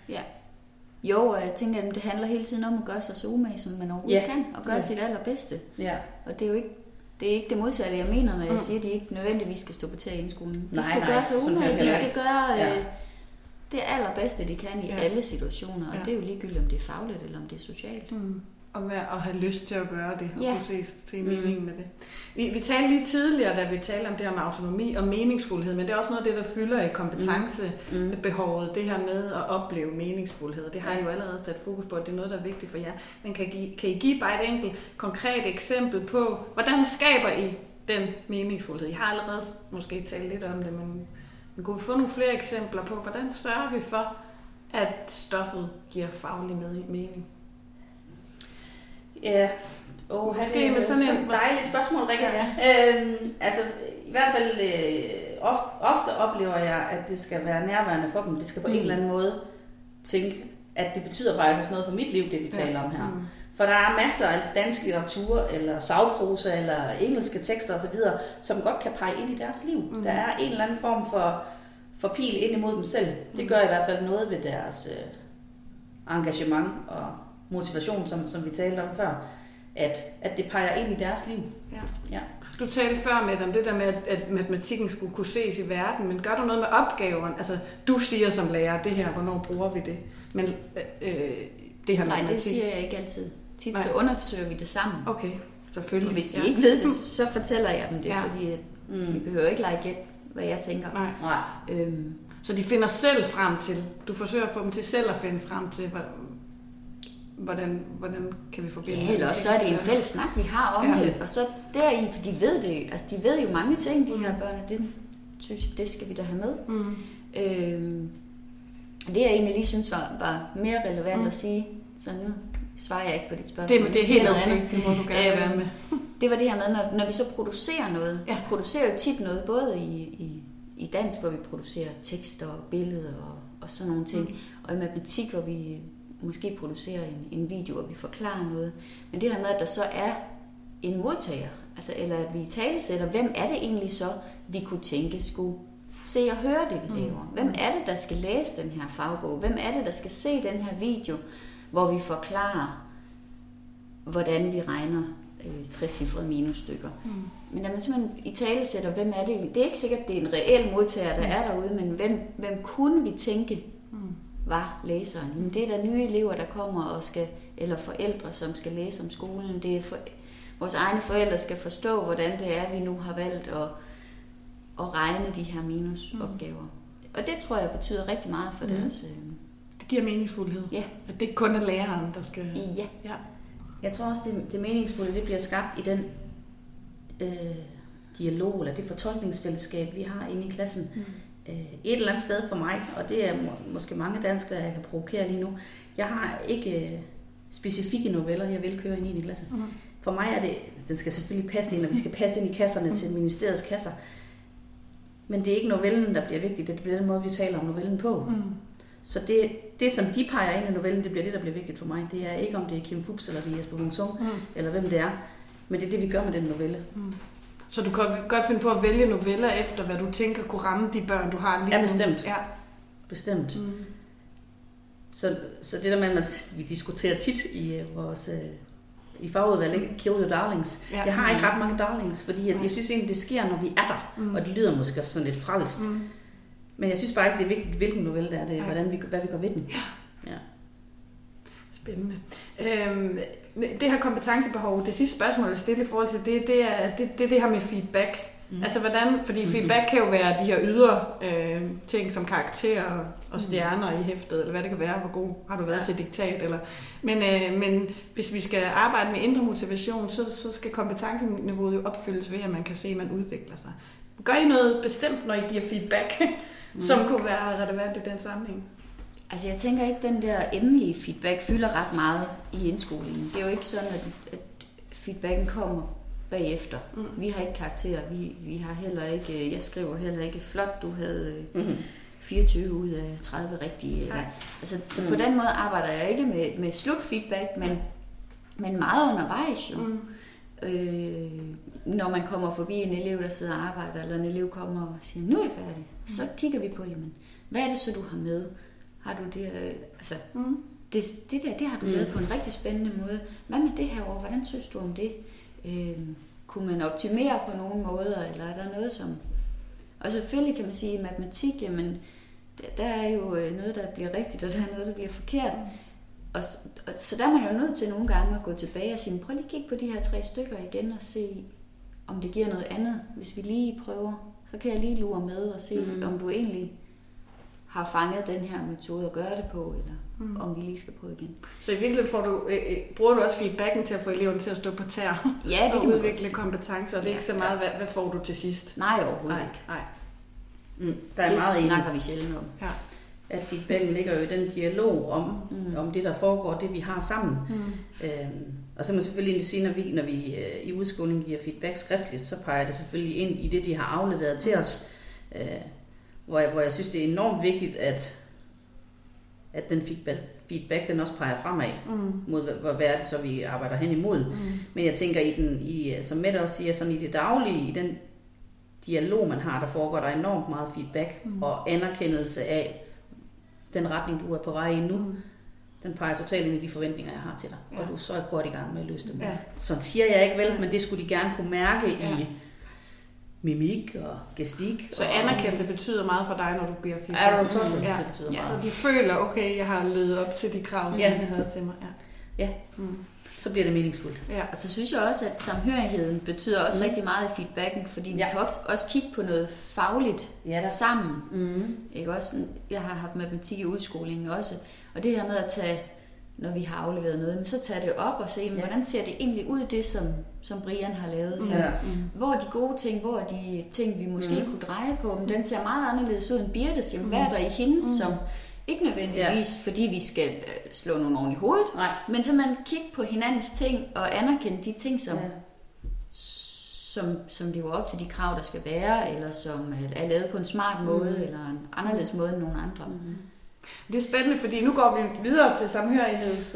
Jo, og jeg tænker, at det handler hele tiden om at gøre sig så umage, som man overhovedet kan, og gøre sit allerbedste. Og det er jo ikke det modsatte, jeg mener, når jeg siger, at de ikke nødvendigvis skal stå på tæer i indskolen. De skal gøre sig umage, de skal gøre det allerbedste, de kan i alle situationer, og det er jo ligegyldigt, om det er fagligt eller om det er socialt. Og have lyst til at gøre det, og kunne se meningen med det. Vi talte lige tidligere, da vi talte om det her med autonomi og meningsfuldhed, men det er også noget af det, der fylder i kompetencebehovet, det her med at opleve meningsfuldhed. Det har jeg jo allerede sat fokus på, at det er noget, der er vigtigt for jer. Men kan I give bare et enkelt konkret eksempel på, hvordan skaber I den meningsfuldhed? Jeg har allerede måske talt lidt om det, men kunne vi få nogle flere eksempler på, hvordan sørger vi for, at stoffet giver faglig mening? Ja, måske med sådan et dejligt spørgsmål, Rikke. Altså, i hvert fald ofte oplever jeg, at det skal være nærværende for dem. Det skal på en eller anden måde tænke, at det betyder faktisk også noget for mit liv, det vi taler om her. For der er masser af dansk litteratur, eller sagprosa, eller engelske tekster osv., som godt kan pege ind i deres liv. Der er en eller anden form for pil ind imod dem selv. Det gør i hvert fald noget ved deres engagement og motivation, som vi talte om før, at det peger ind i deres liv. Ja. Du talte før med om det der med, at matematikken skulle kunne ses i verden, men gør du noget med opgaverne? Altså, du siger som lærer, det her, hvornår bruger vi det? Men det her Nej, matematik... det siger jeg ikke altid. Tit så undersøger vi det sammen. Okay, selvfølgelig. Og hvis de ikke ved det, så fortæller jeg dem det, fordi vi behøver ikke lege gæt, hvad jeg tænker. Nej. Så de finder selv frem til, du forsøger at få dem til selv at finde frem til, hvordan kan vi forbinde det? Ja, eller så er det en fælles snak, vi har om det, og så deri, for de ved det, altså de ved jo mange ting, de her børn, det synes jeg, det skal vi da have med. Det jeg egentlig lige synes var mere relevant at sige, så nu svarer jeg ikke på dit spørgsmål. Det er helt andet, det må du gerne være med. Det var det her med, når vi så producerer noget, vi producerer jo tit noget, både i dansk, hvor vi producerer tekster og billeder og sådan nogle ting, og i matematik, hvor vi måske producerer en video, og vi forklarer noget. Men det her med, at der så er en modtager, altså, eller at vi italesætter, hvem er det egentlig så, vi kunne tænke skulle se og høre det, vi laver? Hvem er det, der skal læse den her fagbog? Hvem er det, der skal se den her video, hvor vi forklarer, hvordan vi regner 60-cifrede minusstykker? Men når man simpelthen italesætter, hvem er det? Det er ikke sikkert, at det er en reel modtager, der er derude, men hvem kunne vi tænke var læseren? Men det er der nye elever, der kommer og skal, eller forældre, som skal læse om skolen. Det er vores egne forældre skal forstå, hvordan det er, vi nu har valgt at regne de her minusopgaver. Og det tror jeg betyder rigtig meget for deres... Det giver meningsfuldhed. Ja. At det ikke kun er læreren, der skal... Ja. Jeg tror også, det meningsfulde, det bliver skabt i den dialog, eller det fortolkningsfællesskab, vi har inde i klassen. Et eller andet sted for mig, og det er måske mange danskere, jeg kan provokere lige nu. Jeg har ikke specifikke noveller, jeg vil køre ind i klasse. For mig er det, den skal selvfølgelig passe ind, og vi skal passe ind i kasserne til ministeriets kasser. Men det er ikke novellen, der bliver vigtigt, det bliver den måde, vi taler om novellen på. Så det, som de peger ind i novellen, det bliver det, der bliver vigtigt for mig. Det er ikke, om det er Kim Fupz, eller det er Jesper Wung-Sung, eller hvem det er. Men det er det, vi gør med den novelle. Så du kan godt finde på at vælge noveller efter, hvad du tænker kunne ramme de børn, du har lige nu? Ja, bestemt. Ja. Bestemt. Så det der med, at vi diskuterer tit i vores... i fagudvalget, Kill Your Darlings. Jeg har ikke ret mange darlings, fordi jeg synes egentlig, det sker, når vi er der. Og det lyder måske også sådan lidt frelst. Men jeg synes bare ikke, det er vigtigt, hvilken novelle det er. Det er, hvad vi gør ved den. Ja. Spændende. Det her kompetencebehov, det sidste spørgsmål, jeg stiller i forhold til det er det her med feedback. Altså hvordan, fordi feedback kan jo være de her ydre ting som karakterer og stjerner i hæftet, eller hvad det kan være, hvor god har du været til diktat, eller men hvis vi skal arbejde med indre motivation, så skal kompetenceniveauet jo opfyldes ved, at man kan se, at man udvikler sig. Gør I noget bestemt, når I giver feedback, som kunne være relevant i den sammenhæng? Altså jeg tænker ikke, den der endelige feedback fylder ret meget i indskolingen. Det er jo ikke sådan, at feedbacken kommer bagefter. Vi har ikke karakterer, vi har heller ikke, jeg skriver heller ikke flot, du havde 24 ud af 30 rigtige. Eller, altså, så på den måde arbejder jeg ikke med slutfeedback, men meget undervejs jo. Når man kommer forbi en elev, der sidder og arbejder, eller en elev kommer og siger, nu er jeg færdig, så kigger vi på, jamen, hvad er det så, du har med? Har du det, altså, det har du lavet på en rigtig spændende måde. Hvad med det her år? Hvordan synes du om det? Kunne man optimere på nogle måder, eller er der noget som... Og selvfølgelig kan man sige, at i matematik, jamen, der er jo noget, der bliver rigtigt, og der er noget, der bliver forkert. Og så der er man jo nødt til nogle gange at gå tilbage og sige, prøv lige at kigge på de her 3 stykker igen og se, om det giver noget andet. Hvis vi lige prøver, så kan jeg lige lure med og se, om du egentlig har fanget den her metode at gøre det på, eller om vi lige skal prøve igen. Så i virkeligheden bruger du også feedbacken til at få eleverne til at stå på tæer? Ja, det kan man udvikle kompetencer, og det er ikke så meget, hvad får du til sidst? Nej, overhovedet ikke. Nej. Der er det meget snakker vi sjældent om. Ja. At feedbacken ligger jo i den dialog om det, der foregår, det vi har sammen. Og så må man selvfølgelig sige, når vi i udskoling giver feedback skriftligt, så peger det selvfølgelig ind i det, de har afleveret til os. Hvor jeg synes, det er enormt vigtigt, at den feedback den også peger fremad mod, hvad er det så, vi arbejder hen imod. Men jeg tænker, som Mette også siger, sådan i det daglige, i den dialog, man har, der foregår der enormt meget feedback og anerkendelse af den retning, du er på vej i nu. Den peger totalt ind i de forventninger, jeg har til dig. Og du er så godt i gang med at løse dem. Ja. Sådan siger jeg ikke vel, men det skulle de gerne kunne mærke i mimik og gestik. Så anerkendelse betyder meget for dig, når du bliver feedback. Ja, det betyder meget. Så de føler, okay, jeg har levet op til de krav, som jeg havde til mig. Ja. Så bliver det meningsfuldt. Ja. Og så synes jeg også, at samhørigheden betyder også rigtig meget i feedbacken, fordi vi kan også kigge på noget fagligt sammen. Ikke også? Jeg har haft matematik i udskolingen også, og det her med at tage, når vi har afleveret noget, så tage det op og se, hvordan ser det egentlig ud, det som Brian har lavet her. Hvor er de gode ting, hvor er de ting, vi måske kunne dreje på, men den ser meget anderledes ud end Birtes. Jamen, hvad er der i hendes, som ikke nødvendigvis, fordi vi skal slå nogen oven i hovedet, men så man kigge på hinandens ting og anerkende de ting, som lever op til de krav, der skal være, eller som er lavet på en smart måde, eller en anderledes måde end nogle andre. Det er spændende, fordi nu går vi videre til samhørigheds...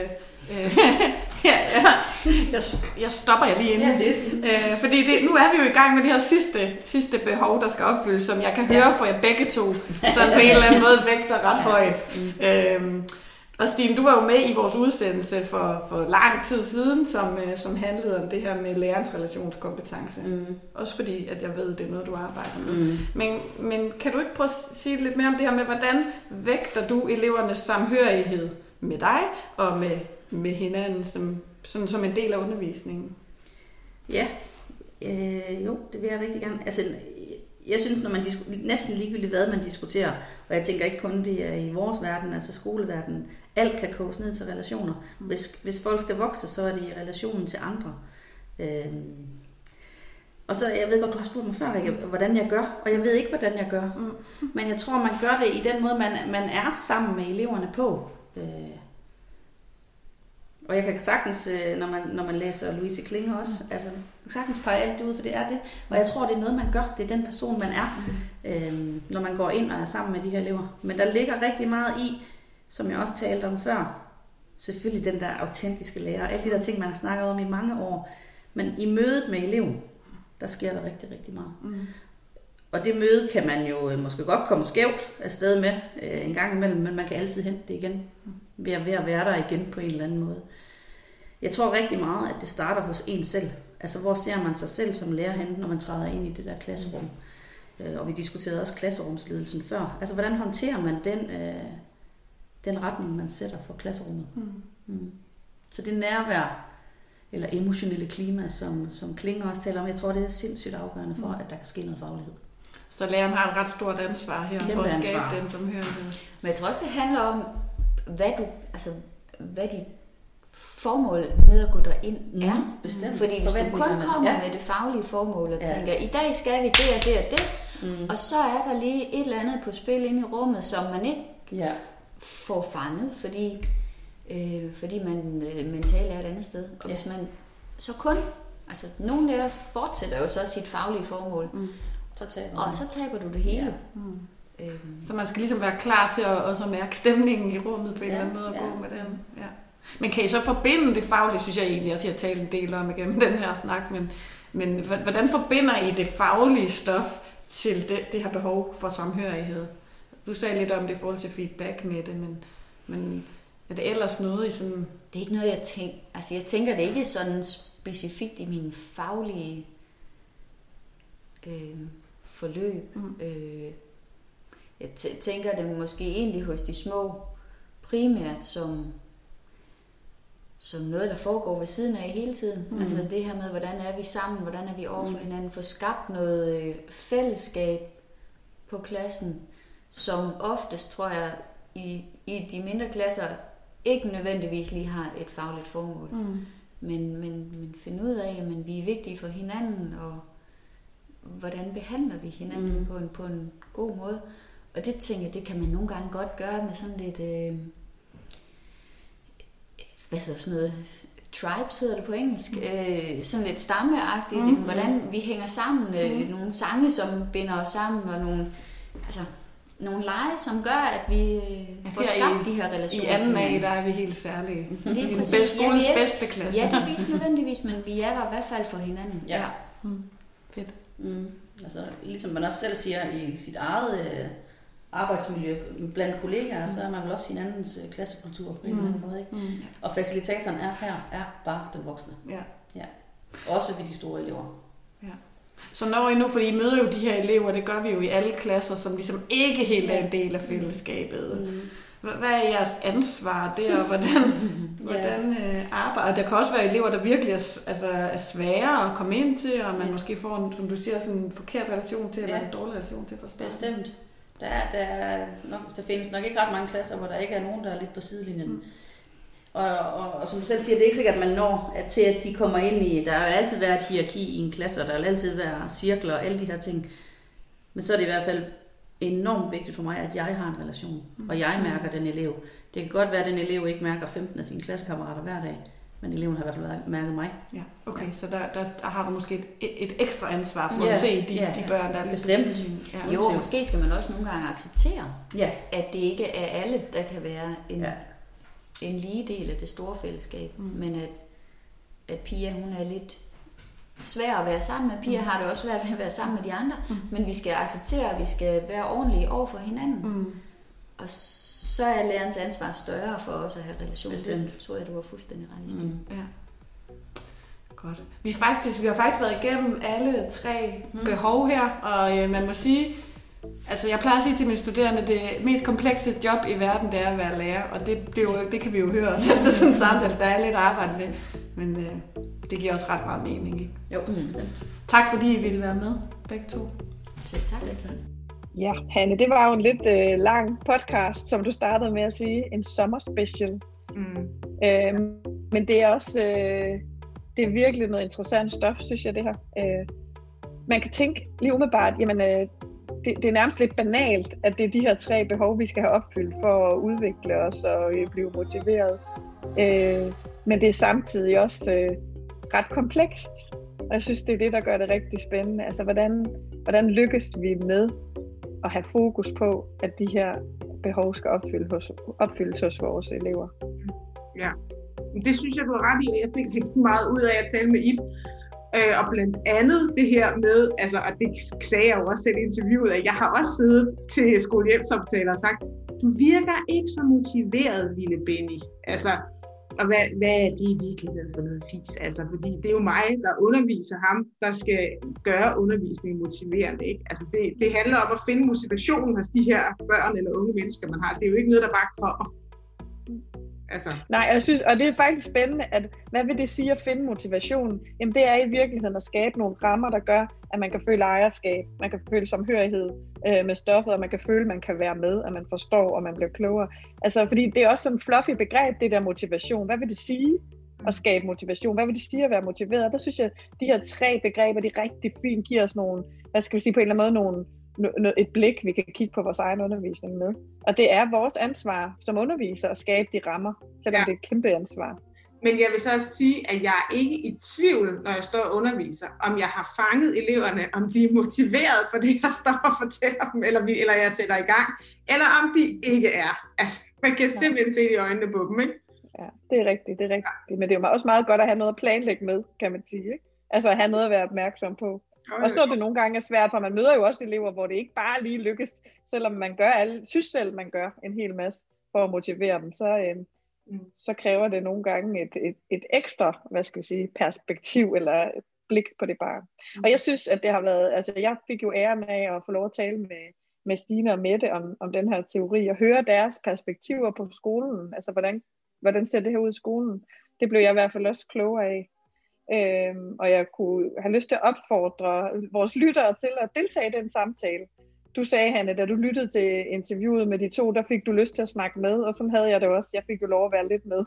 Jeg stopper jer lige inden. Ja, det er fint. Fordi nu er vi jo i gang med det her sidste behov, der skal opfyldes, som jeg kan høre for jer begge to, sådan på en eller anden måde vægter ret højt. Og Stine, du var jo med i vores udsendelse for lang tid siden, som handlede om det her med lærerens relationskompetence. Også fordi, at jeg ved, det er noget, du arbejder med. Men kan du ikke prøve at sige lidt mere om det her med, hvordan vægter du elevernes samhørighed med dig og med hinanden som en del af undervisningen? Ja, jo, det vil jeg rigtig gerne. Altså, jeg synes, når man næsten ligegyldigt hvad man diskuterer, og jeg tænker ikke kun det er i vores verden, altså skoleverdenen, alt kan koges ned til relationer. Hvis folk skal vokse, så er det i relationen til andre. Og så, jeg ved godt, du har spurgt mig før, Rikke, hvordan jeg gør, og jeg ved ikke, hvordan jeg gør. Men jeg tror, man gør det i den måde, man er sammen med eleverne på. Og jeg kan sagtens, når man læser Louise Klinge også, altså, jeg kan sagtens pege alt det ud, for det er det. Og jeg tror, det er noget, man gør. Det er den person, man er, når man går ind og er sammen med de her elever. Men der ligger rigtig meget i, som jeg også talte om før, selvfølgelig den der autentiske lærer, alle de der ting, man har snakket om i mange år. Men i mødet med eleven, der sker der rigtig, rigtig meget. Og det møde kan man jo måske godt komme skævt afsted med en gang imellem, men man kan altid hente det igen, ved at være der igen på en eller anden måde. Jeg tror rigtig meget, at det starter hos en selv. Altså, hvor ser man sig selv som lærer henne, når man træder ind i det der klasserum? Og vi diskuterede også klasserumsledelsen før. Altså, hvordan håndterer man den retning, man sætter for klasserummet? Så det nærvær, eller emotionelle klima, som Klinge også taler om, jeg tror, det er sindssygt afgørende for, at der kan ske noget faglighed. Så læreren har et ret stort ansvar her for at skabe den samhørighed. Men jeg tror også, det handler om, hvad dit formål med at gå derind er. Bestemt. Fordi hvis du kun kommer med det faglige formål og tænker, i dag skal vi det og det og det, og så er der lige et eller andet på spil inde i rummet, som man ikke får fanget, fordi man mentalt er et andet sted. Og hvis man så kun, altså nogle lærer fortsætter jo så sit faglige formål, så taber du det hele. Så man skal ligesom være klar til at også mærke stemningen i rummet på en eller anden måde og gå med den. Ja. Men kan I så forbinde det faglige, synes jeg egentlig også, jeg har talt en del om igennem den her snak, men hvordan forbinder I det faglige stof til det her behov for samhørighed? Du sagde lidt om det i forhold til feedback med det, men er det ellers noget i sådan... Det er ikke noget, jeg tænker. Altså jeg tænker det ikke sådan specifikt i mine faglige forløb. Jeg tænker det måske egentlig hos de små primært som noget, der foregår ved siden af hele tiden. Altså det her med, hvordan er vi sammen, hvordan er vi over for hinanden, få skabt noget fællesskab på klassen, som oftest, tror jeg, i de mindre klasser, ikke nødvendigvis lige har et fagligt formål. Men finde ud af, at vi er vigtige for hinanden, og hvordan behandler vi hinanden på en god måde. Og det tænker jeg, det kan man nogle gange godt gøre med sådan lidt, hvad hedder sådan noget, tribes hedder det på engelsk, sådan lidt stammeagtigt, hvordan vi hænger sammen, nogle sange, som binder os sammen, og nogle lege, som gør, at vi får skabt de her relationer. I anden af, der er vi helt særlige. Det er skolens bedste klasse. Ja, det er vi ikke nødvendigvis, men vi er der i hvert fald for hinanden. Ja. Fedt. Altså, ligesom man også selv siger i sit eget arbejdsmiljø blandt kollegaer, så er man vel også hinandens klassekultur på en eller anden måde. Ikke? Og facilitatoren er bare den voksne. Ja. Også ved de store elever. Ja. Så når I nu, fordi I møder jo de her elever, det gør vi jo i alle klasser, som ligesom ikke helt er en del af fællesskabet. Hvad er jeres ansvar der, og hvordan arbejder? Der kan også være elever, der virkelig er svære at komme ind til, og man måske får, som du siger, sådan en forkert relation til, eller en dårlig relation til for starten. Bestemt. Der findes nok ikke ret mange klasser, hvor der ikke er nogen, der er lidt på sidelinjen. Og som du selv siger, det er ikke sikkert, at man når til, at de kommer ind i... Der vil altid være et hierarki i en klasse, og der vil altid være cirkler og alle de her ting. Men så er det i hvert fald enormt vigtigt for mig, at jeg har en relation, og jeg mærker den elev. Det kan godt være, at den elev ikke mærker 15 af sine klassekammerater hver dag, men eleven har i hvert fald mærket mig. Ja, okay, så der har du måske et ekstra ansvar for at se de børn, der er bestemt. Jo, måske skal man også nogle gange acceptere, at det ikke er alle, der kan være en lige del af det store fællesskab, men at Pia, hun er lidt svær at være sammen med. Pia har det også svært ved at være sammen med de andre, men vi skal acceptere, at vi skal være ordentlige over for hinanden. Og så er lærerens ansvar større for os at have relation. Det tror jeg, du har fuldstændig ret i, Stine. Ja. Godt. Vi har faktisk været igennem alle 3 behov her, og man må sige, altså jeg plejer at sige til mine studerende, det mest komplekse job i verden, det er at være lærer, og det kan vi jo høre også efter sådan en samtale, der er lidt arbejde med, men det giver også ret meget mening, ikke? Jo, bestemt. Tak fordi I ville være med, begge to. Selv tak. Ja, Hanne, det var jo en lidt lang podcast, som du startede med at sige, en sommerspecial. Men det er også det er virkelig noget interessant stof, synes jeg, det her. Man kan tænke lige umiddelbart, jamen det er nærmest lidt banalt, at det er de her 3 behov, vi skal have opfyldt for at udvikle os og blive motiveret. Men det er samtidig også ret komplekst. Og jeg synes, det er det, der gør det rigtig spændende. Altså, hvordan lykkes vi med at have fokus på, at de her behov skal opfyldes hos vores elever? Ja, det synes jeg, du har ret i. Jeg fik rigtig meget ud af at tale med Ib. Og blandt andet det her med, altså, og det sagde jeg jo også selv i interviewet, at jeg har også siddet til skolehjemsamtaler og sagt, du virker ikke så motiveret, lille Benny. Altså, og hvad er det i virkeligheden for noget fis? Altså, fordi det er jo mig, der underviser ham, der skal gøre undervisningen motiverende, ikke? Altså, det handler om at finde motivationen hos de her børn eller unge mennesker, man har. Det er jo ikke noget, der bare kommer. Altså. Nej, jeg synes, og det er faktisk spændende, at hvad vil det sige at finde motivation? Jamen det er i virkeligheden at skabe nogle rammer, der gør, at man kan føle ejerskab, man kan føle samhørighed med stoffet, og man kan føle, at man kan være med, at man forstår, og man bliver klogere. Altså, fordi det er også sådan et fluffy begreb, det der motivation. Hvad vil det sige at skabe motivation? Hvad vil det sige at være motiveret? Der synes jeg, at de her 3 begreber, de rigtig fint giver os nogle, hvad skal vi sige, på en eller anden måde et blik, vi kan kigge på vores egen undervisning med. Og det er vores ansvar som underviser at skabe de rammer, selvom det er et kæmpe ansvar. Men jeg vil så også sige, at jeg er ikke i tvivl, når jeg står og underviser, om jeg har fanget eleverne, om de er motiveret for det, jeg står og fortæller dem, eller jeg sætter i gang, eller om de ikke er. Altså, man kan simpelthen se det i øjnene på dem, ikke? Ja, det er rigtigt. Men det er jo også meget godt at have noget at planlægge med, kan man sige, ikke? Altså at have noget at være opmærksom på. Også når det nogle gange er svært, for man møder jo også elever, hvor det ikke bare lige lykkes, selvom man synes selv, man gør en hel masse for at motivere dem, så kræver det nogle gange et ekstra, hvad skal vi sige, perspektiv eller et blik på det barn. Og jeg synes, at det har været, altså jeg fik jo æren af at få lov at tale med Stine og Mette om den her teori, og høre deres perspektiver på skolen, altså hvordan ser det her ud i skolen. Det blev jeg i hvert fald også klogere af. Og jeg kunne have lyst til at opfordre vores lyttere til at deltage i den samtale. Du sagde, Hanne, da du lyttede til interviewet med de 2, der fik du lyst til at snakke med, og sådan havde jeg det også. Jeg fik jo lov at være lidt med.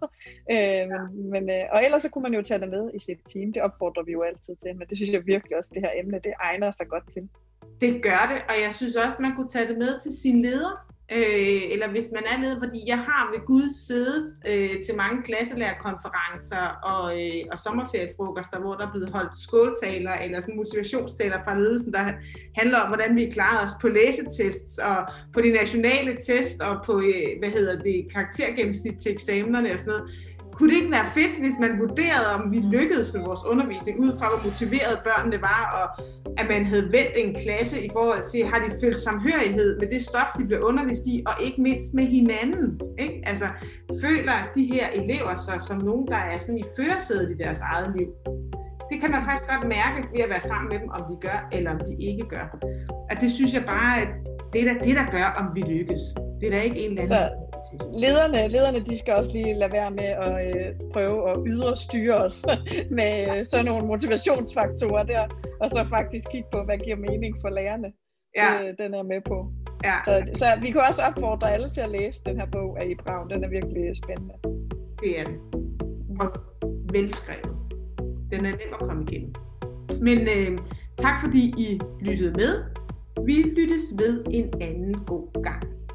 Og ellers så kunne man jo tage det med i sit team. Det opfordrer vi jo altid til, men det synes jeg virkelig også, det her emne, det egner sig godt til. Det gør det, og jeg synes også, man kunne tage det med til sin leder. Eller hvis man er leder, fordi jeg har ved Gud siddet til mange klasselærerkonferencer og sommerferiefrokoster, hvor der er blevet holdt skåltaler eller sådan motivationstaler fra ledelsen, der handler om, hvordan vi klarer os på læsetests og på de nationale tests og på, karaktergennemsnit til eksamenerne og sådan noget. kunne det ikke være fedt, hvis man vurderede, om vi lykkedes med vores undervisning, ud fra hvor motiveret børnene var, og at man havde vendt en klasse i forhold til, har de følt samhørighed med det stof, de blev undervist i, og ikke mindst med hinanden. Ikke? Altså, føler de her elever sig som nogen, der er sådan i førersædet i deres eget liv? Det kan man faktisk godt mærke ved at være sammen med dem, om de gør, eller om de ikke gør. Og det synes jeg bare, at det er det, der gør, om vi lykkes. Det er da ikke en eller anden... Så lederne, de skal også lige lade være med at prøve at ydre styre os med sådan nogle motivationsfaktorer der, og så faktisk kigge på, hvad giver mening for lærerne. Ja. Den er med på. Ja. Så vi kan også opfordre alle til at læse den her bog af Ib Ravn. Den er virkelig spændende. Det er den. Og velskrevet. Den er nem at komme igennem. Men tak fordi I lyttede med. Vi lyttes ved en anden god gang.